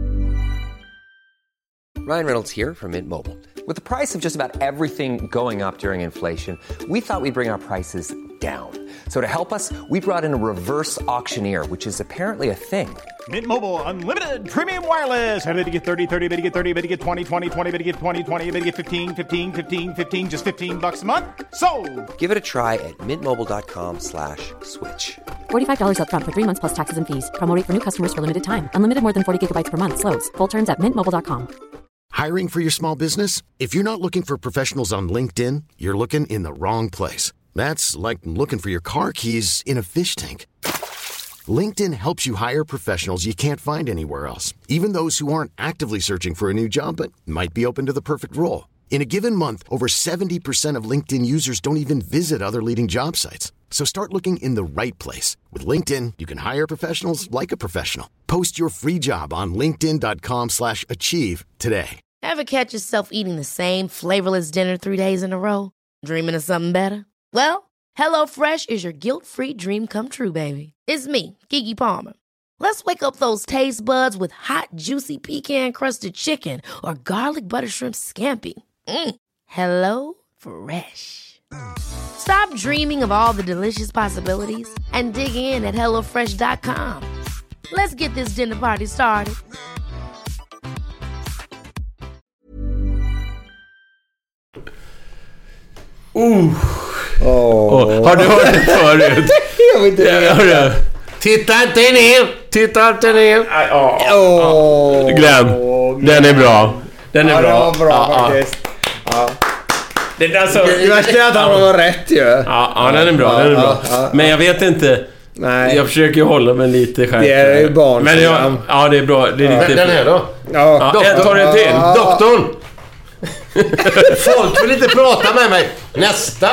Ryan Reynolds here from Mint Mobile. With the price of just about everything going up during inflation, we thought we'd bring our prices down. So to help us, we brought in a reverse auctioneer, which is apparently a thing. Mint Mobile Unlimited Premium Wireless. How to get 30, 30, bit to get 30, bit to get 20, 20, 20, bit to get 20, 20, bit to get 15, 15, 15, 15, just $15 a month? Sold! Give it a try at mintmobile.com/switch. $45 up front for 3 months plus taxes and fees. Promo rate for new customers for limited time. Unlimited more than 40 gigabytes per month. Slows full terms at mintmobile.com. Hiring for your small business? If you're not looking for professionals on LinkedIn, you're looking in the wrong place. That's like looking for your car keys in a fish tank. LinkedIn helps you hire professionals you can't find anywhere else, even those who aren't actively searching for a new job but might be open to the perfect role. In a given month, over 70% of LinkedIn users don't even visit other leading job sites. So start looking in the right place. With LinkedIn, you can hire professionals like a professional. Post your free job on linkedin.com/achieve today. Ever catch yourself eating the same flavorless dinner 3 days in a row? Dreaming of something better? Well, HelloFresh is your guilt-free dream come true, baby. It's me, Keke Palmer. Let's wake up those taste buds with hot, juicy pecan-crusted chicken or garlic butter shrimp scampi. Hello Fresh. Stop dreaming of all the delicious possibilities and dig in at HelloFresh.com. Let's get this dinner party started. Har du hört det förut? Jag vet inte. Titta inte ner! Titta inte ner! Glenn, den är bra. Den är bra. Bra faktiskt. Ja. Det värsta är att han var rätt ju. Ja, den är bra. Den är bra. Men jag vet inte. Nej. Jag försöker hålla mig lite skärpt. Det är ju barn. Men ja, det är bra. Det är Den här då? Ja. Ta det till. Doktorn! Folk vill inte prata med mig. Nästa!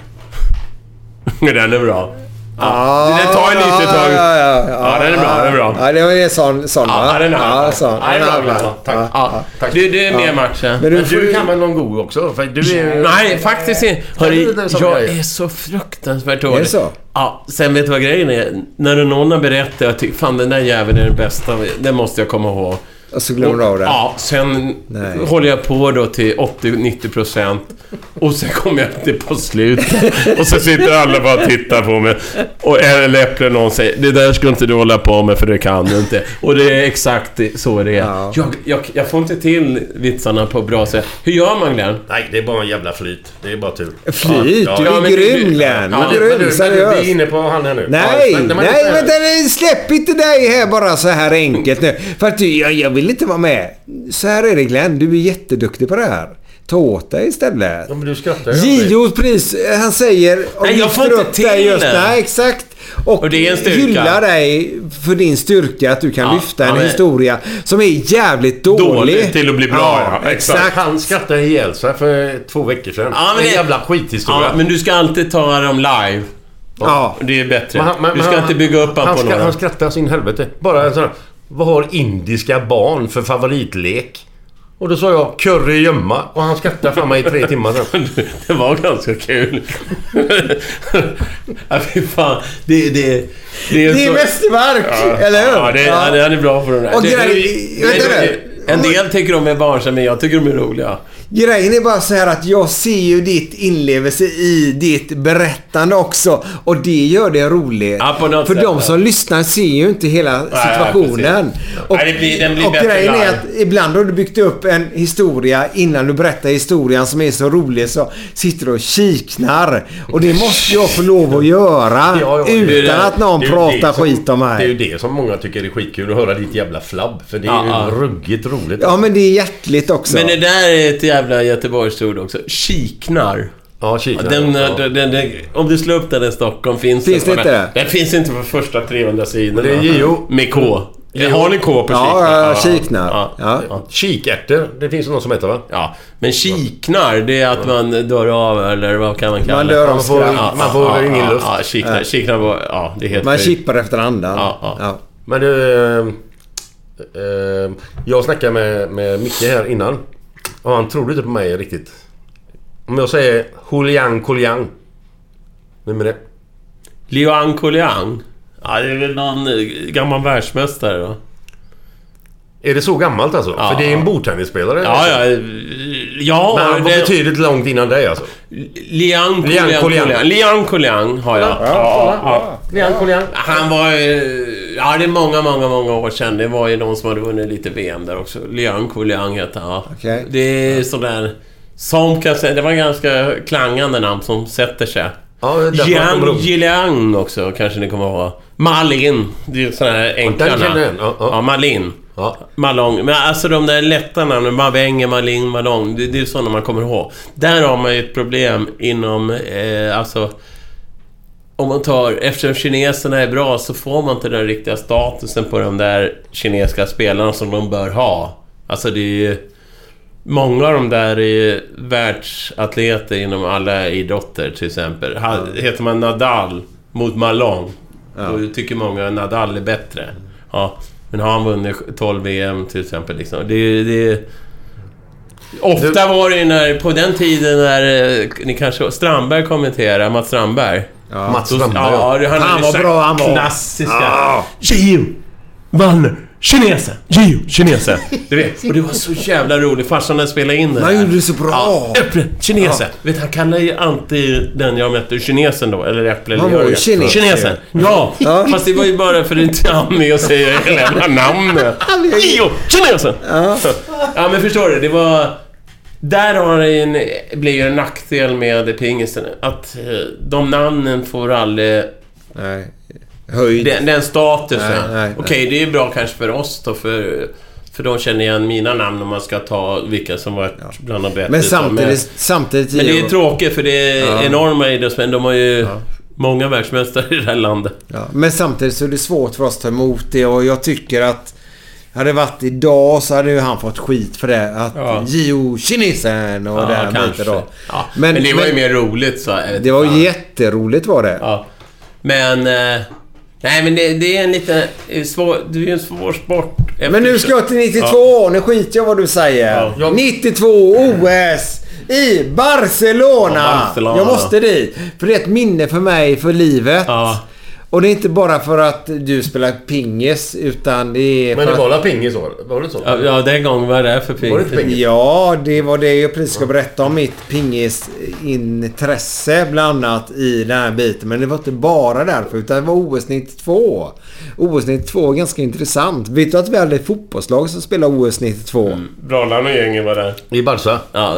Den är bra. Det tar ju lite tag. Ja, den är bra, den är bra. Ja, det var sån Ja, den är sån. Tack. Tack. Det är mer matchen. Men du kan väl någon god också? För du är... Nej, faktiskt inte. Jag är så fruktansvärt dålig. Är det så? Ja, sen vet du vad grejen är? När någon har berättat, jag tycker, fan den där jäveln är den bästa. Det måste jag komma ihåg. Och så glömmer du av det. Ja, sen håller jag på då till 80-90%. Och sen kommer jag till på slut. Och så sitter alla bara och tittar på mig. Och eller någon säger, det där ska inte du hålla på med för det kan du inte. Och det är exakt så det är. Ja. Jag får inte till vitsarna på bra sätt. Hur gör man, Glenn? Nej, det är bara en jävla flyt. Det är bara tur. Flyt? Du är grym, Glenn. Vi är inne på han här nu. Nej, vänta, släpp inte dig här bara så här enkelt nu. För att jag vill inte vara med. Så här är det, Glenn. Du är jätteduktig på det här. Ta åt dig istället. Ja, men du skrattar. Gios pris, han säger... Nej, jag får inte till det. Nej, exakt. Och det är en styrka. Hylla dig för din styrka att du kan lyfta en historia som är jävligt dålig till att bli bra. Ja, exakt. Han skrattade ihjäl sig för 2 veckor sedan. Ja, men en jävla skithistoria. Ja, men du ska alltid ta dem live. Ja. Det är bättre. Du ska inte bygga upp han på några. Han skrattar sin helvete. Bara sådär, vad har indiska barn för favoritlek? Och då sa jag curry gömma. Och han skrattade fram mig i 3 timmar sedan. Det var ganska kul. Ja, fy fan. Det är mästerverk, eller hur? Ja, det är bra för den där. Och en del tycker de är barnsamma, men jag tycker de är roliga. Grejen är bara så här att jag ser ju ditt inlevelse i ditt berättande också. Och det gör det roligt. Ja, för de som lyssnar ser ju inte hela situationen. Och grejen är att ibland har du byggt upp en historia innan du berättar historien som är så rolig, så sitter du och kiknar. Och det måste jag få lov att göra utan att någon pratar skit om mig. Det är ju det som många tycker är skitkul, att höra ditt jävla flabb. För det är ju ruggigt roligt. Ja, men det är hjärtligt också. Men det där är ett jävla Göteborgsord också. Kiknar. Ja, kiknar. Den, om du slår upp den i Stockholm finns det inte. Den finns inte på första 300 sidorna. Det är Gio. Med K. Har ni K på kiknar? Ja, kiknar. Ja. Kikärtor, det finns någon som heter, va? Ja, men kiknar, det är att man dör av, eller vad kan man kalla det? Man får ingen luft. Ja, kiknar, det heter... Man kippar efter andan. Ja. Men du... jag snackade med Micke här innan. Och han trodde inte på mig riktigt. Om jag säger Julian Koliang. Vem är det? Liang Koliang? Ja, det är väl någon gammal världsmästare då. Är det så gammalt alltså? Ja. För det är en bordtennisspelare. Ja. Men han var betydligt långt innan dig alltså. Liang Koliang har jag. Liang Koliang. Han var det är många år sedan. Det var ju någon som hade vunnit lite VM där också. Liang Koliang heter han. Okay. Det är sådär som kan säga, det var en ganska klangande namn som sätter sig. Jiang också kanske ni kommer ihåg. Malin, det är sådana här enkla namn. Malin. Ja. Malong. Men alltså de där lätta namnen, Mavänger, Malin, Malong, det är sådana man kommer ihåg. Där har man ju ett problem inom alltså om man tar, eftersom kineserna är bra så får man inte den riktiga statusen på de där kinesiska spelarna som de bör ha. Alltså det är ju många av de där är världsatleter inom alla idrotter till exempel. Heter man Nadal mot Malong, då tycker många Nadal är bättre. Ja, men har han vunnit 12 VM till exempel liksom. Det ofta var det när på den tiden när ni kanske Strandberg kommenterar, Mats Strandberg. Ja. Mats Strandberg. Han var bra, han var klassiska. Gio vann kinesen. Gio kinesen. Du vet. Och det var så jävla roligt. Farsan spelade in det. Han gjorde det så bra. Ja, äpple, kinesen. Vet, han kallar ju alltid den jag mötte kinesen då. Eller äpple eller Jörgen. Kinesen. Ja. Fast det var ju bara för inte han med att säga hela namnet. Gio kinesen. Ja, men förstår du? Det var... Där har det blir ju en nackdel med pingisen. Att de namnen får aldrig... Nej. Höjd. Den statusen. Nej. Okej, det är bra kanske för oss då, för de känner igen mina namn om man ska ta vilka som var bland de bättre. Men samtidigt men det är tråkigt för det är enorma idrottsmän. De har ju många världsmästare i det här landet. Ja. Men samtidigt så är det svårt för oss att ta emot det, och jag tycker att hade det varit idag så hade ju han fått skit för det. Att Gio kinesen och det här kanske. Då. Ja. Men det var ju mer roligt så. Det var jätteroligt var det. Ja. Men... nej, men det är en lite svår... Det är ju en svår sport. Men nu ska jag till 92. Nu skiter jag vad du säger. 92 OS i Barcelona. Jag måste dit. För det är ett minne för mig för livet. Ja. Och det är inte bara för att du spelar pingis, utan det är... Men det var alla pingis, var det så? Ja, den gången var det för pingis. Ja, det var det jag precis ska berätta om mitt pingisintresse bland annat i den här biten. Men det var inte bara därför, utan det var OS 92. OS 92 är ganska intressant. Vet du att vi hade ett fotbollslag som spelade OS 92? Brollan och gängen var där. I Barca? Ja.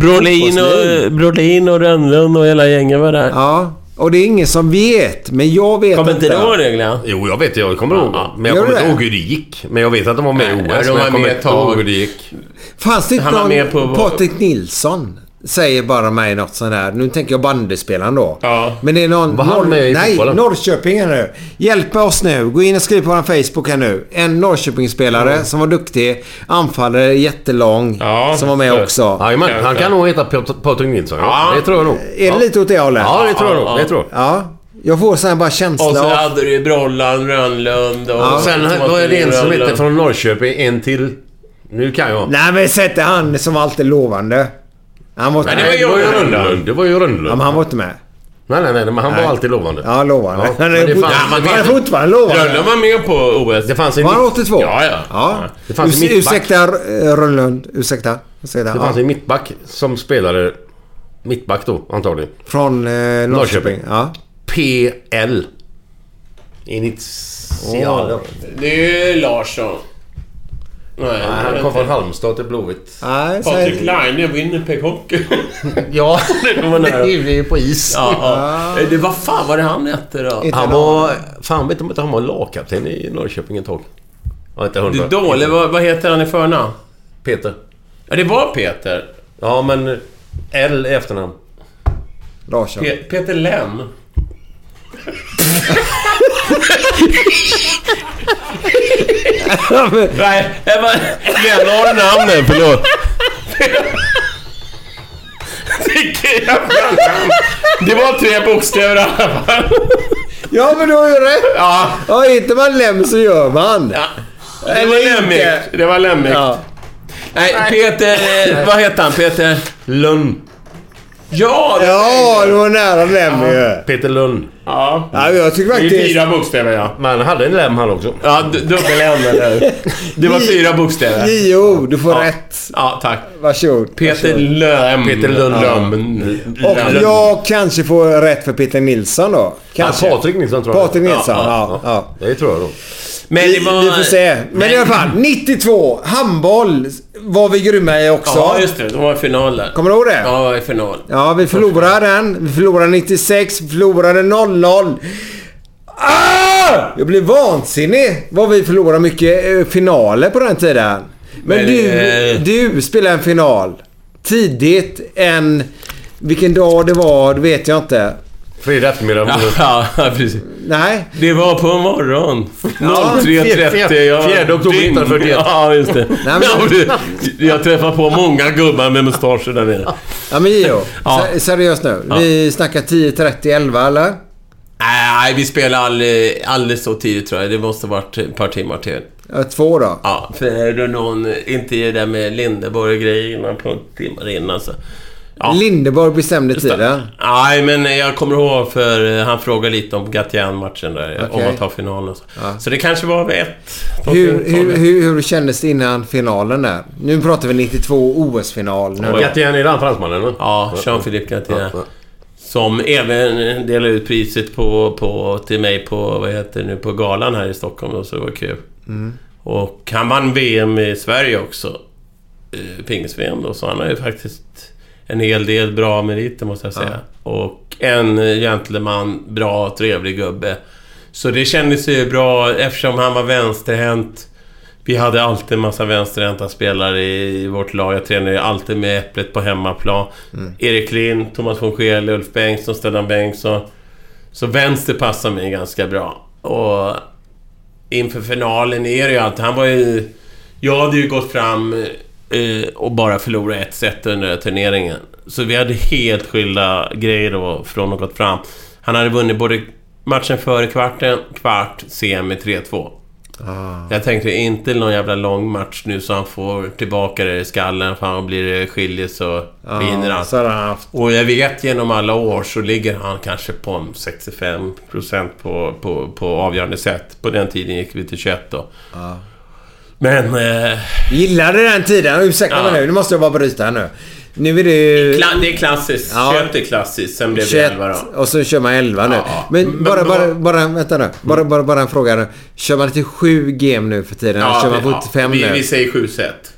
Brolin och Rönnlund och hela gängen var där. Ja. Och det är ingen som vet, men jag vet kommer inte. Kommer inte det ihåg det? Jo, jag vet det. Jag kommer ihåg. Men jag kommer inte ihåg hur det gick. Men jag vet att de var med i OS. De var med ett tag. Hur det gick. Fanns det inte någon Patrik Nilsson? säger bara mig något sånt där. Nu tänker jag bandyspelaren då. Ja. Men det är någon... Norrköping här nu. Hjälp oss nu. Gå in och skriv på vår Facebook här nu. En Norrköpingsspelare som var duktig. Anfallare jättelång. Som var med också. Ja, han kan nog heta Patrik Nilsson. Ja. Det tror jag nog. Är det lite åt det hållet? Ja, det tror jag nog. Det tror jag. Ja. Jag får så här bara känsla. Och så hade du Brollan, Rönnlund och sen var det en som heter från Norrköping. En till... Nu kan jag. Nej, men sätter han som alltid lovande. Han var inte med. Det var ju Rönnlund. Ja, men han var inte med. Nej, men han var alltid lovande. Ja, lovande. Ja, han är fortfarande lovande. Rönnlund var med på OS. Det fanns var han 82? Ja. Det fanns en mittback. Ursäkta Rönnlund. Ursäkta. Det fanns en mittback som spelade... Mittback då, antagligen. Från Norrköping. Ja. PL. Initial. Det är Larsson. Nej, han kom från Halmstad till Blåvitt. Patrik Laine vinner Peck-hockey. Ja, det är ju på is. Ja. Det var fan vad det han hette då. Han var... Fan, vet du inte han var lagkapten i Norrköping ett tag. Ja, inte 100. Det är dåligt. Vad heter han i förnamn? Peter. Ja, det var Peter. Ja, men... L i efternamn. Larsson. Peter Lem. Nej, jag bara... Lem har namnen, förlåt. Det var 3 bokstäver i alla fall. Ja, men du har ju rätt. Ja, inte man Lem så gör man. Ja. Det var Lemmigt. Ja. Nej, Peter... vad heter han? Peter Lund. Ja, det var nära Lem ju. Peter Lund. Ja, jag tycker faktiskt... Det är 4 bokstäver, ja. Men han hade en Lem här också. Ja, dubbel-Lem eller... Det var 4 bokstäver. Jo, du får rätt. Ja, tack. Varsågod. Peter Lund. Peter Lund. Och jag kanske får rätt för Peter Nilsson då. Kanske. Patrik Nilsson tror jag. Patrik Nilsson, ja. Det tror jag då. Men vi får se. Men i alla fall, 92. Handboll var vi grymma i också. Ja, just det. De var i final där. Kommer du ihåg det? Ja, i final. Ja, vi förlorade den. Vi förlorade 96. Vi förlorade 0-0. Jag blev vansinnig. Vad vi förlorade mycket finaler på den tiden. Men du spelade en final. Tidigt än... Vilken dag det var, det vet jag inte. Fredag eftermiddag. Ja, precis. Nej. Det var på morgon. 03.30. 4 oktober 1941. Ja, just det. Jag träffar på många gubbar med mustascher där nere. Ja, men Gio. Seriöst nu. Vi snackar 10:30, 11 eller? Nej, vi spelar alldeles så tidigt tror jag. Det måste varit ett par timmar till. 2 då? Ja, för är det någon intervju där med Lindeborg-grejerna på timmar innan så... Ja. Lindeborg bestämde tiden? Nej, men jag kommer ihåg för han frågade lite om Gatjan-matchen där, om att ta finalen. Så det kanske var ett. Hur kändes det innan finalen där? Nu pratar vi 92 OS-final. Gatjan är den fransmannen? Ja, Jean-Philippe Gatjan. Som även delade ut priset till mig på, på galan här i Stockholm då, så det var kul. Och han vann VM i Sverige också. Pingis-VM då, så han har ju faktiskt en hel del bra meriter måste jag säga. Och en gentleman, bra, trevlig gubbe. Så det kändes ju bra eftersom han var vänsterhänt. Vi hade alltid en massa vänsterhänta spelare i vårt lag. Jag tränade ju alltid med Äpplet på hemmaplan. Erik Lind, Thomas von Scheel, Ulf Bengtsson, Stellan Bengtsson. Så vänster passar mig ganska bra. Och inför finalen är det ju alltid... Jag hade ju gått fram... och bara förlora ett set under turneringen. Så vi hade helt skilda grejer då från att gått fram. Han hade vunnit både matchen före kvart, semi 3-2. Jag tänkte inte någon jävla lång match nu så han får tillbaka det i skallen, för han blir det skilje så vinner han. Och jag vet genom alla år så ligger han kanske på 65% på avgörande sätt. På den tiden gick vi till 21 då. Men... Gillade den tiden. Ursäkta mig nu. Nu måste jag bara bryta här nu. Nu är det... Det är klassiskt. 21 är klassiskt. Sen blev det 11 då. Och så kör man 11 nu. Men bara vänta nu. Bara en fråga nu. Kör man till 7 game nu för tiden? Ja, kör man på 85 nu? Vi säger 7 set.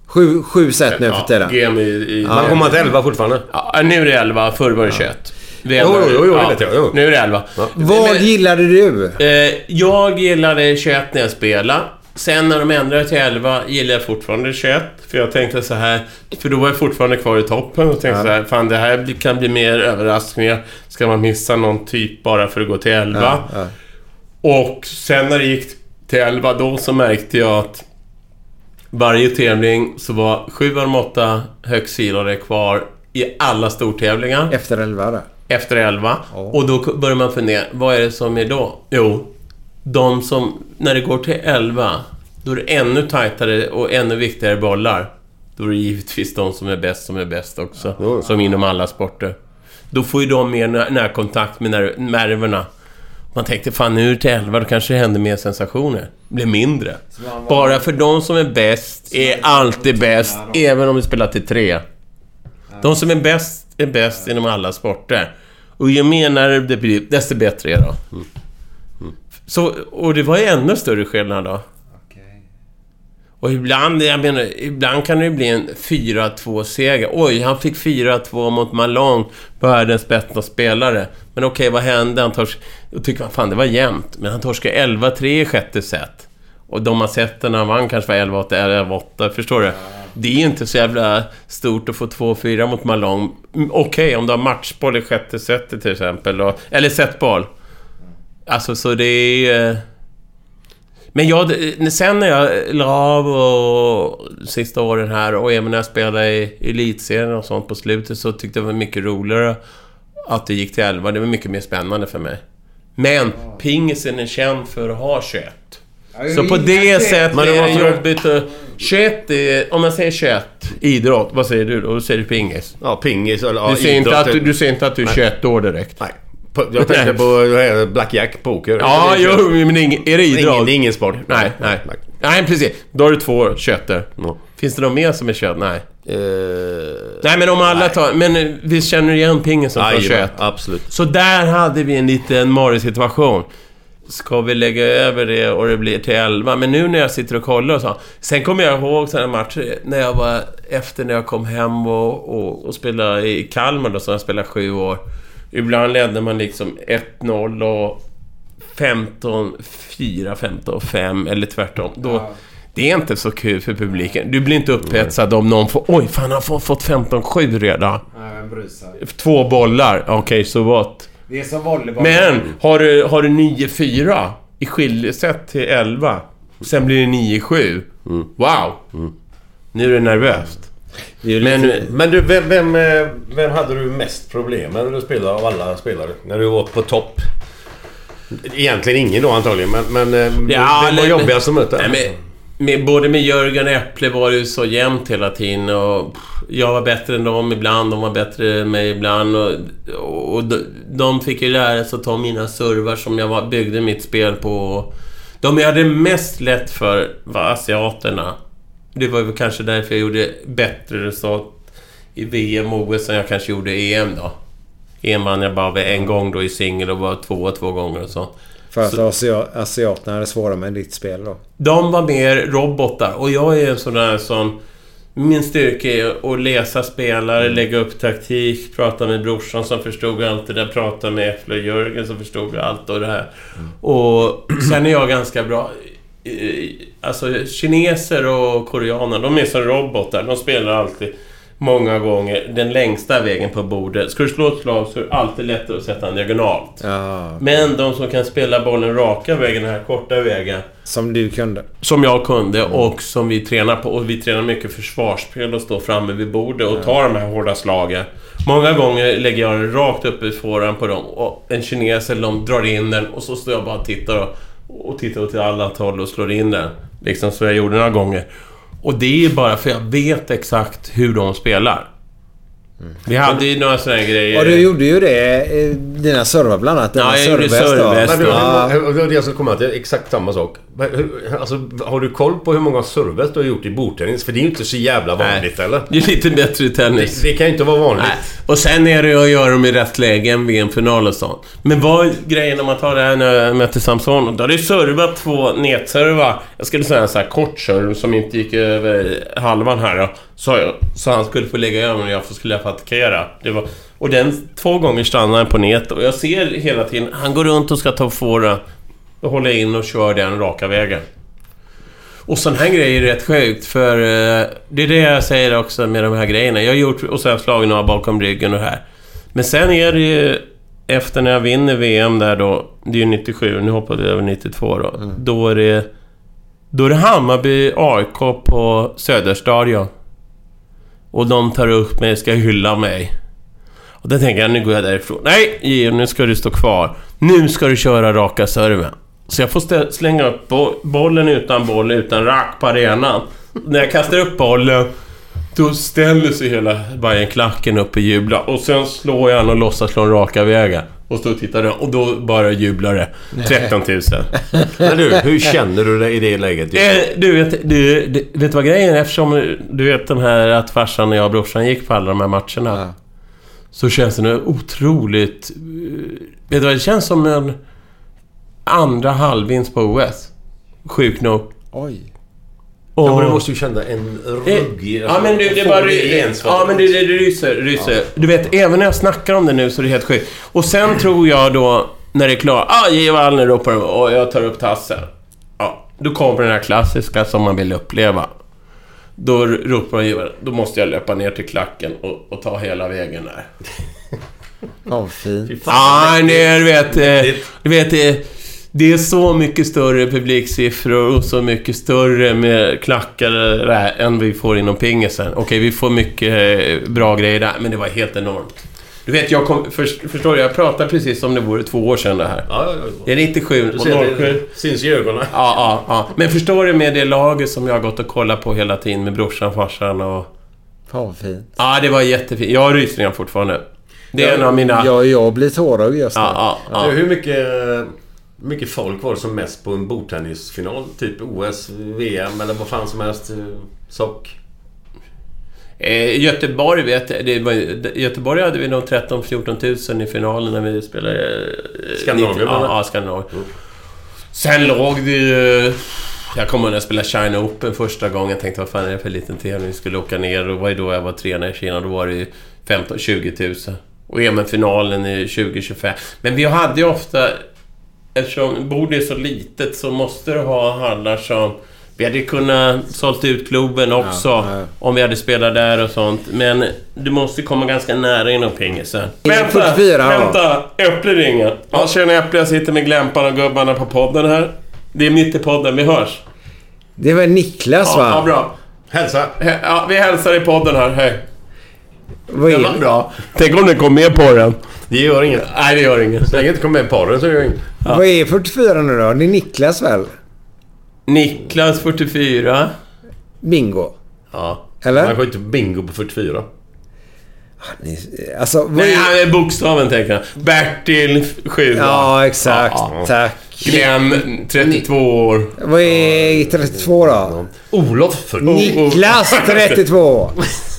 7 set nu för tiden? Game i man kommer till 11 fortfarande? Ja, nu är det 11. Förr var det 21. Jo, det vet jag. Nu är det 11. Vad gillade du? Jag gillade 21 när jag spelade. Sen när de ändrade till 11 gillade jag fortfarande 21. För jag tänkte så här, för då var jag fortfarande kvar i toppen och tänkte så här, fan det här kan bli mer överraskningar. Ska man missa någon typ bara för att gå till 11? Och sen när det gick till 11 då så märkte jag att varje tävling så var 7 av de 8 högsilade kvar i alla stortävlingar. Efter 11 då? Efter 11. Och då börjar man fundera, vad är det som är då? Jo, de som, när det går till 11, då är det ännu tajtare och ännu viktigare bollar. Då är det givetvis de som är bäst också. Som inom alla sporter. Då får ju de mer närkontakt med nerverna. Man tänkte, fan nu är det till 11, då kanske det händer mer sensationer. Det blir mindre. Bara för de som är bäst är alltid bäst, även om vi spelar till 3. De som är bäst inom alla sporter. Och ju mer när det blir, desto bättre är det. Så, och det var ju ännu större skillnad då. Och ibland kan det bli en 4-2 seger. Oj, han fick 4-2 mot Malone, världens bästa spelare. Men okej, vad hände? Då tycker man, fan det var jämnt. Men han torskade 11-3 i sjätte set. Och de har sett när han vann kanske var 11-8 eller 11-8, förstår du? Det är inte så jävla stort att få 2-4 mot Malone. Okej, om du har matchboll i sjätte setet till exempel. Eller setboll. Alltså så det är... Men sen när jag la av och sista åren här och även när jag spelade i elitserien och sånt på slutet, så tyckte jag det var mycket roligare att det gick till 11. Det var mycket mer spännande för mig. Men pingisen är känd för att ha 21. Så på det sättet är det jobbigt att... 21 är, om man säger 21 idrott, vad säger du då? Då säger du pingis. Ja, pingis. Du säger inte att du är 21 år direkt. Nej. Jag tänkte på blackjack, poker. Ja, jo, men är det idrott? Det är ingen sport. Nej, precis. Då har du 2 kötter. Finns det någon mer som är kött? Nej. Nej, men om alla tar... Men vi känner igen pingen som från kött. Absolut. Så där hade vi en liten morgonsituation. Ska vi lägga över det och det blir till 11? Men nu när jag sitter och kollar och så... Sen kommer jag ihåg sådana matcher när jag var... Efter när jag kom hem och spelade i Kalmar då, så jag spelade 7 år. Ibland ledde man liksom 1-0 och 15-4, 15-5 eller tvärtom. Då, det är inte så kul för publiken. Du blir inte upphetsad om någon får... Oj, fan, han har fått 15-7 redan. Nej, 2 bollar. Okej, så what? Det är som volleyboll. Men har du 9-4 i skiljesätt till 11. Sen blir det 9-7. Wow. Nu är det nervöst. Men du, vem hade du mest problem med när du spelade av alla spelare? När du var på topp? Egentligen ingen då antagligen, men det var jobbigast att möta. Både med Jörgen och Äpple var det ju så jämnt hela tiden. Och jag var bättre än dem ibland, de var bättre än mig ibland. Och de fick ju lära sig att ta mina servar som jag byggde mitt spel på. De jag hade mest lätt för var asiaterna. Det var ju kanske därför jag gjorde bättre resultat i VM och OS än jag kanske gjorde i EM då. EM vann jag bara en gång då i singel och var 2 gånger och så. För att asiaterna är svåra med ditt spel då? De var mer robotar. Och jag är en sån där som... Min styrka är att läsa spelare, lägga upp taktik, prata med brorsan som förstod allt det där, prata med Äpple och Jörgen som förstod allt och det här. Och sen är jag ganska bra... Alltså kineser och koreaner, de är som robotar. De spelar alltid många gånger den längsta vägen på bordet. Ska du slå ett slag så är det alltid lättare att sätta en diagonalt. Men de som kan spela bollen raka vägen, den här korta vägen, som du kunde. Som jag kunde och som vi tränar på. Och vi tränar mycket försvarsspel och står framme vid bordet och tar de här hårda slagen. Många gånger lägger jag den rakt upp i fåran på dem. Och en kines eller de drar in den och så står jag bara och tittar till alla håll och slår in den. Liksom så jag gjorde några gånger. Och det är bara för jag vet exakt hur de spelar. Vi hade ju några sådana grejer. Och du gjorde ju det, dina servar bland annat. Ja, jag gjorde servväst. Det ska komma till exakt samma sak. Alltså, har du koll på hur många servväst du har gjort i bordtennis? För det är ju inte så jävla vanligt, eller? Det är lite bättre i tennis. Det kan ju inte vara vanligt. Nej. Och sen är det att göra dem i rätt lägen vid en final och sånt. Men vad är grejen om man tar det här när jag mötte Samson? Då hade jag servat 2 netservar. Jag skulle säga en sån här kort serv som inte gick över halvan här då. Så han skulle få lägga över och jag skulle få attackera. Och den 2 gånger stannade på nät. Och jag ser hela tiden, han går runt och ska ta fåra och hålla in och kör den raka vägen. Och sån här grejer är rätt sjukt. För det är det jag säger också med de här grejerna. Jag har gjort, och sen slagit några bakom ryggen och här. Men sen är det ju, efter när jag vinner VM där då, det är ju 97, nu hoppade jag över 92 då. Då är det Hammarby AIK på Söderstadion. Och de tar upp mig, ska hylla mig. Och då tänker jag, nu går jag därifrån. Nej, nu ska du stå kvar. Nu ska du köra raka serven. Så jag får slänga upp bollen utan rack på arenan. När jag kastar upp bollen, då ställer sig hela Bayern-klacken upp och jublar. Och sen slår jag och låtsas slå en raka vägar. Och står och tittar, och då bara jublar det. 13 000. Men du, hur känner du dig i det läget? Du vet vad grejen är? Eftersom du vet den här att farsan och jag och brorsan gick på alla de här matcherna. Ja. Så känns det nu otroligt... Vet du vad, det känns som en andra halvvinst på OS. Sjuk nog. Oj. Och, ja, men du måste ju känna en ruggig... Ja, men det bara... Ja, men det ryser. Ja. Du vet, även när jag snackar om det nu så är det helt sjukt. Och sen tror jag då, när det är klart... Ge Wallner ropar de, och jag tar upp tassen. Ja, då kommer den här klassiska som man vill uppleva. Då ropar de, då måste jag löpa ner till klacken och ta hela vägen där. Fint. Ja, du vet... Det är så mycket större publiksiffror och så mycket större med klackar än vi får inom pingesen. Okej, vi får mycket bra grejer där, men det var helt enormt. Du vet, förstår jag pratar precis som det vore 2 år sedan det här. Ja. Det är 97 och 07. Syns i ögonen. Ja. Men förstår du med det laget som jag har gått och kollat på hela tiden med brorsan, farsan och... Fan, fint. Ja, det var jättefint. Jag har rysningar fortfarande. Det är en av mina... Jag blir tårögd just nu. Ja. Hur mycket folk var det som mest på en bordtennisfinal? Typ OS, VM eller vad fan som helst? Sock? Göteborg vet jag. Göteborg hade vi nog 13-14 000 i finalen när vi spelade... Skandinavien? Ja, Skandinavien. Sen låg det ju... Jag kommer när jag spelade China Open första gången. Jag tänkte, vad fan är det för liten tävling? Vi skulle åka ner, och var ju då jag var tränare i Kina. Då var det ju 15-20 000. Och EM-finalen är 20-25. Men vi hade ju ofta... Eftersom bordet är så litet så måste du ha hallar som... Vi hade kunnat sålt ut klubben också om vi hade spelat där och sånt. Men du måste komma ganska nära inom pingisen. Vänta, Äppleringen. Jag känner Äpple, jag sitter med Glämpan och gubbarna på podden här. Det är mitt i podden, vi hörs. Det var Niklas, va? Ja, bra. Hälsa. Ja, vi hälsar i podden här, hej. Vad är det? Bra. Tänk om det kom med på den. Det gör inget. Nej, det gör inget. Så länge inte kommer med på den så gör inget. Ja. Vad är 44 nu då? Det är Niklas väl? Niklas 44. Bingo. Ja. Eller? Man får inte bingo på 44. Alltså, nej, han är bokstaven, tänker jag. Bertil 7. Ja, exakt. Ja. Tack. Glenn 32 år. Vad är 32 då? Olof 40. Niklas 32.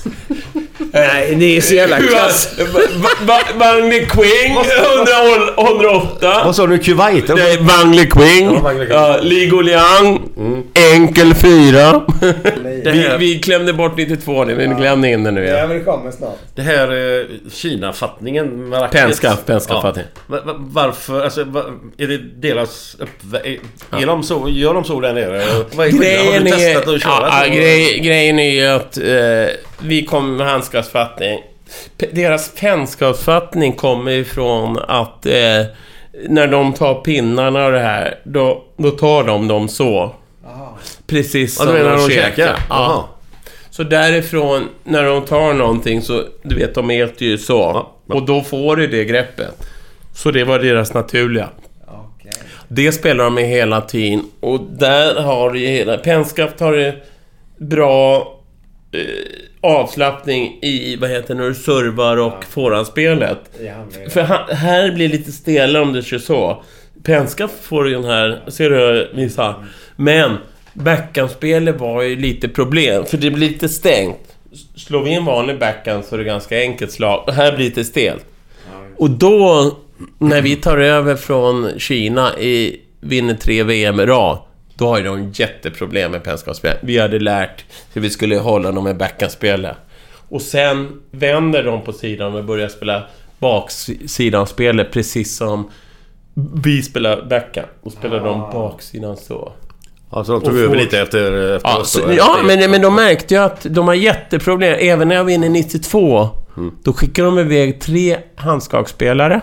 Nej, det är så jävla klass. Wangli Quing 108. Vad sa du, Kuwait? Nej, Wangli Quing. Ligo Liang Enkel 4. Vi klämde bort 92 nu, men glömde in det nu. Ja, men det kommer snart. Det här Kina-fattningen. Penska-fattningen. Varför? Alltså, är det deras gör de så där nere? Vad är grejen? Har du testat att köra? Grejen är ju att vi kommer med handskapsfattning. Deras penskapsfattning kommer ifrån att när de tar pinnarna och det här, då tar de dem så. Aha. Precis som de käkar. Ja. Så därifrån, när de tar någonting så, du vet, de äter ju så. Ja. Och då får du det greppet. Så det var deras naturliga. Okay. Det spelar de med hela tiden. Och där har du ju hela... Penskaft har du bra avslappning i, när du servar och forehandspelet. För här blir lite stelare om du kör så. Penskaft får du den här, ser du vissa. Men backhandspelet var ju lite problem, för det blir lite stängt. Slår vi en vanlig backhand så är det ganska enkelt slag. Och här blir det lite stelt. Och då, när vi tar över från Kina vinner 3 VM i rad, då har de jätteproblem med penskapsspel. Vi hade lärt hur vi skulle hålla dem med backhandspelet. Och sen vänder de på sidan och börjar spela baksidanspelet, precis som vi spelar backhand. Och spelar de baksidan så. Ja, så de tog över lite efter men de märkte ju att de har jätteproblem. Även när jag vinner 92 då skickar de iväg 3 handskaksspelare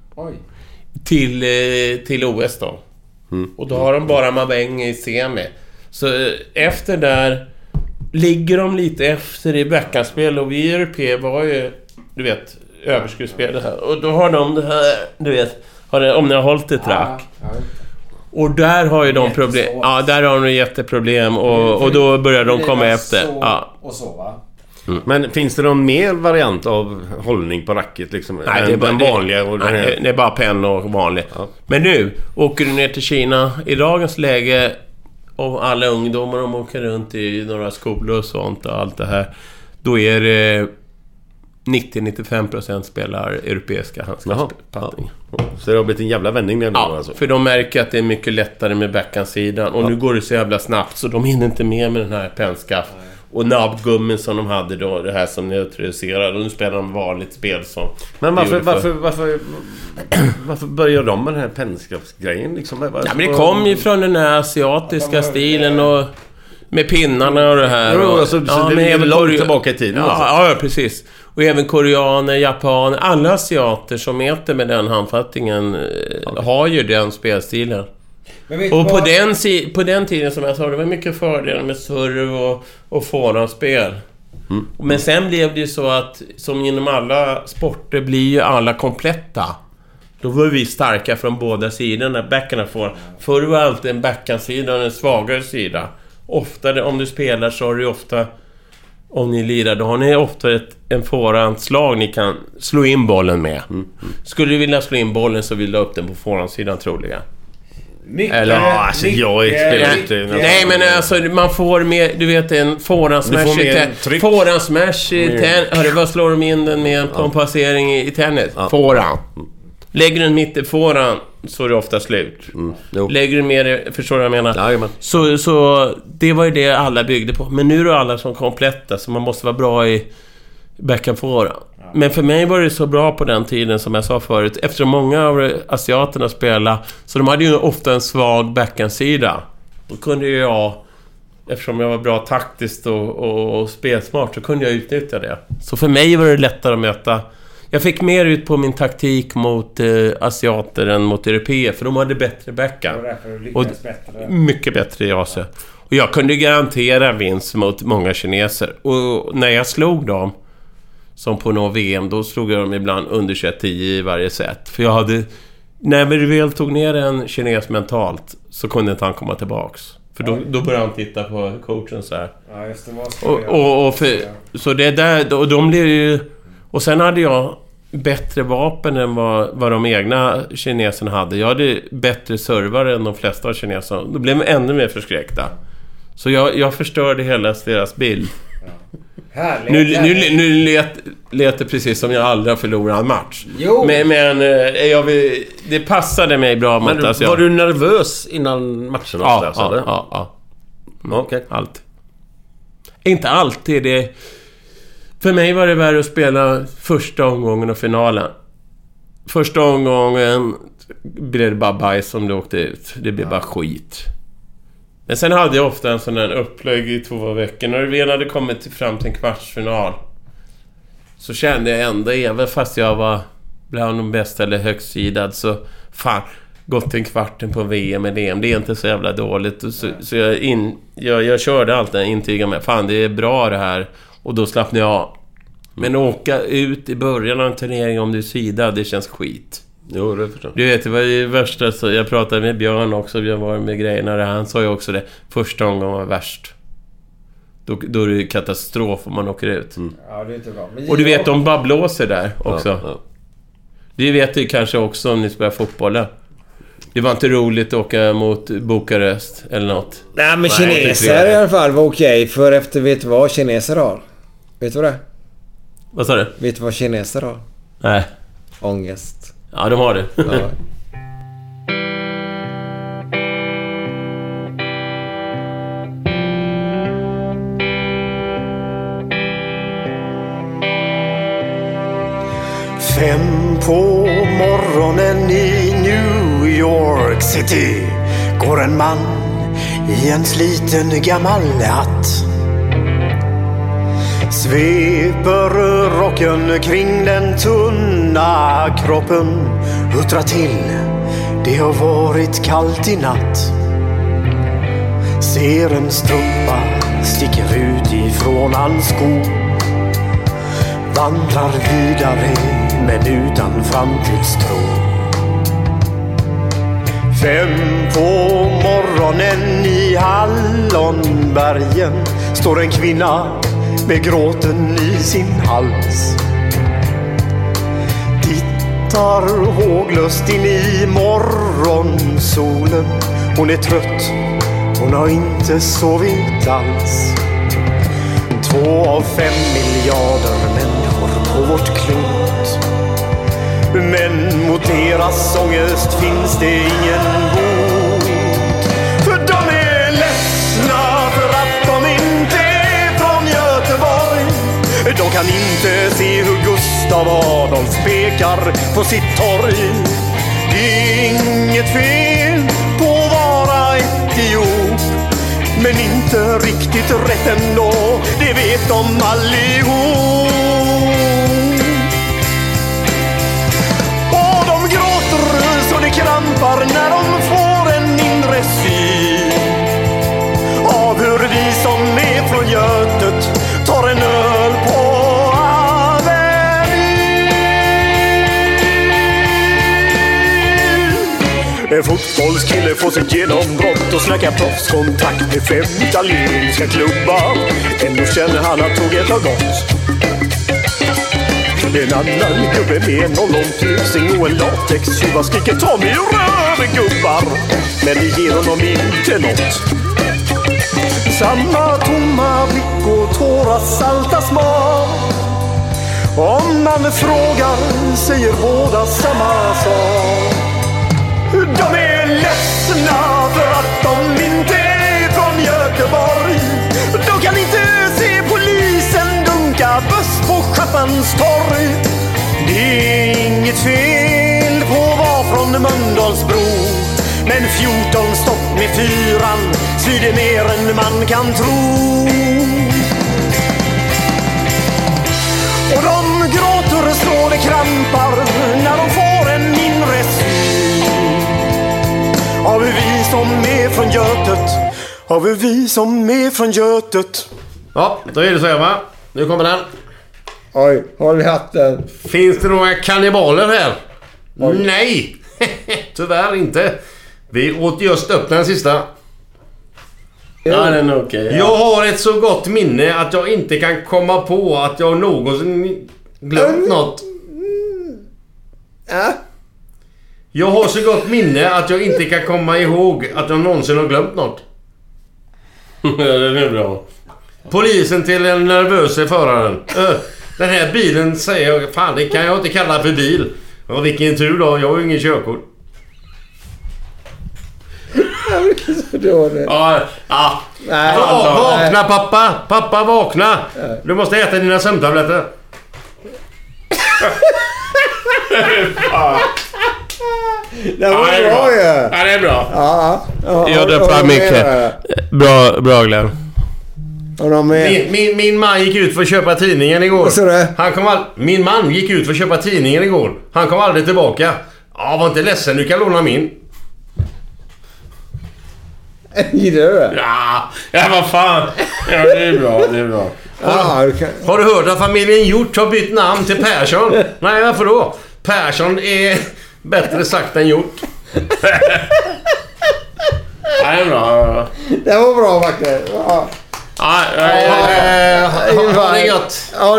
till OS då. Och då har de bara Mabeng i semi. Så efter där ligger de lite efter i backanspel. Och vi i Europé var ju, du vet, överskuddsspel det här. Och då har de det här, du vet, om ni har hållit ett rack. Och där har ju de problem. Ja, där har de jätteproblem. Och då börjar de komma efter. Och så, va? Men finns det någon mer variant av hållning på racket liksom? Nej, det är bara den vanliga. Det är bara penn och vanlig. Ja. Men nu åker du ner till Kina i dagens läge och alla ungdomar de åker runt i några skolor och sånt och allt det här. Då är det 90-95% spelar europeiska handskagspaddling. Så det har blivit en jävla vändning där nu alltså. För de märker att det är mycket lättare med backhandsidan. Och nu går det så jävla snabbt så de hinner inte med den här pennskaft. Och nabbgummin som de hade då, det här som neutraliserade. Och nu spelar de vanligt spel som... Men varför börjar de med den här pennskapsgrejen liksom? Ja, men det kom ju från den här asiatiska stilen och med pinnarna och det här. Det är långt tillbaka i tiden. Ja, precis. Och även koreaner, japaner, alla asiater som äter med den handfattningen har ju den spelstilen. Och på den tiden som jag sa, det var mycket fördelar med serv och forehandspel. Men sen blev det ju så att som inom alla sporter blir ju alla kompletta. Då var vi starka från båda sidorna. Backarna förr var alltid en backhandsida och en svagare sida. Ofta om du spelar så har du ofta, om ni lirar, då har ni ofta en forehandslag ni kan slå in bollen med. Skulle du vilja slå in bollen så vill du upp den på forehandsidan troligen. Nej, men alltså man får mer, du vet, en forehandsmässig vad slår de in den med på en passering i tennis? Forehand. Lägger den mitt i forehand så är det ofta slut. Lägger du mer, förstår du vad jag menar? Så det var ju det alla byggde på. Men nu är det alla som kompletta, så man måste vara bra i backhand forehand. Men för mig var det så bra på den tiden som jag sa förut. Eftersom många av asiaterna spelade, så de hade ju ofta en svag backhandsida. Då kunde ju jag, eftersom jag var bra taktiskt och spelsmart, så kunde jag utnyttja det. Så för mig var det lättare att möta. Jag fick mer ut på min taktik mot asiater än mot europeer, för de hade bättre backhand. Och mycket bättre i Asien. Och jag kunde garantera vinst mot många kineser. Och när jag slog dem, som på någon VM, då slog jag dem ibland under 21-10 i varje set. För jag hade, när vi väl tog ner en kines mentalt, så kunde inte han komma tillbaks. För då började han titta på coachen så här. Ja, just det. Så det där, och de blev ju... Och sen hade jag bättre vapen än vad de egna kineserna hade. Jag hade bättre servare än de flesta av kineserna. Då blev de ännu mer förskräckta. Så jag förstörde hela deras bild. Nu lät det precis som jag aldrig har förlorat en match. Men det passade mig bra mot oss. Var du nervös innan matchen? Ja. Okej. Allt. Inte alltid. Det, för mig var det värre att spela första omgången och finalen. Första omgången blev det bara bajs som det åkte ut. Det blev bara skit. Men sen hade jag ofta en sån där upplägg i 2 veckor. När vi hade kommit fram till en kvartsfinal, så kände jag ändå, även fast jag var bland de bästa eller högstsidad, så fan, gått till en kvarten på VM eller EM, det är inte så jävla dåligt. Så jag körde alltid intyga med, fan det är bra det här. Och då slappnade jag av. Men åka ut i början av en turnering om du är sida, det känns skit. Jo, det förstår. Du vet, det var det värsta. Så jag pratade med Björn också, jag var med grejerna där. Han sa ju också det, första omgången var värst. Då är det katastrof om man åker ut. Ja, det är inte bra. Och du vet, de bara blåser där också. Ja. Det vet du kanske också om ni spelar fotboll. Det var inte roligt att åka mot Bukarest eller något. Nej, men kineser i alla fall var okej. För efter, vet du vad kineser har? Vet du vad det är? Vad sa du? Vet du vad kineser har? Nej. Ångest. Ja, de har det. Ja. Fem på morgonen i New York City går en man i en sliten gammal hatt. Sveper rocken kring den tunna kroppen, huttrar till, det har varit kallt i natt. Ser en strumpa sticker ut ifrån hans sko, vandrar vidare men utan framtidstro. 5 på morgonen i Hallonbergen står en kvinna med gråten i sin hals. Tittar håglöst in i morgonsolen. Hon är trött, hon har inte sovit alls. 2 av 5 miljarder människor på vårt klot. Men mot deras ångest finns det ingen bot. För de är ledsna för att de inte är från Göteborg. De kan inte se hur Gustav Adolf pekar på sitt torg. Det är inget fel på att vara etiop, men inte riktigt rätt ändå, det vet de allihop. Och de gråter så det krampar när de får en inre syn av hur vi som är från Götet tar en öl på En fotbollskille får sitt genombrott och snackar proffskontakt med 5 italienska klubbar. Ändå känner han att tåget har gått. En annan gubbe med en ollontusing och en latextjuva skriker ta mig röver gubbar. Men det ger honom inte något. Samma tomma blick och tårar salta smak. Om man frågar säger båda samma sak. De är ledsna för att de inte är från Göteborg. De kan inte se polisen dunka buss på Schappans torg. Det är inget fel på att vara från Mölndalsbro, men 14 stopp med 4 svider mer än man kan tro. Och de gråter så det krampar när de får en inre syn av vi som är från Götet, av vi som är från Götet. Ja, då är det så här, va? Nu kommer den. Oj, håll i hatten. Finns det några kannibaler här? Oj. Nej, tyvärr inte. Vi åt just upp den sista. Ja, den är okej. Ja. Jag har ett så gott minne att jag inte kan komma på att jag någonsin glömt något. Jag har så gott minne att jag inte kan komma ihåg att jag någonsin har glömt något. Ja, det är bra. Polisen till den nervösa föraren. Den här bilen säger jag, fan det kan jag inte kalla för bil. Ja, vilken tur då, jag har ju ingen körkort. Ja. Nej, vakna pappa. Pappa vakna. Du måste äta dina sömntabletter. Det var bra ju. Ja, det är bra. Ja. Jag döpar mycket. Bra Glenn. Min man gick ut för att köpa tidningen igår. Min man gick ut för att köpa tidningen igår. Han kom aldrig tillbaka. Ja, var inte ledsen, du kan låna min. Gillar du det? Ja, vad fan. Ja, det är bra. Har du hört att familjen Hjort har bytt namn till Persson? Nej, varför då? Persson är bättre sagt än gjort. Ja, det är bra. Det var bra faktiskt. Ja. Ha det gött. Ha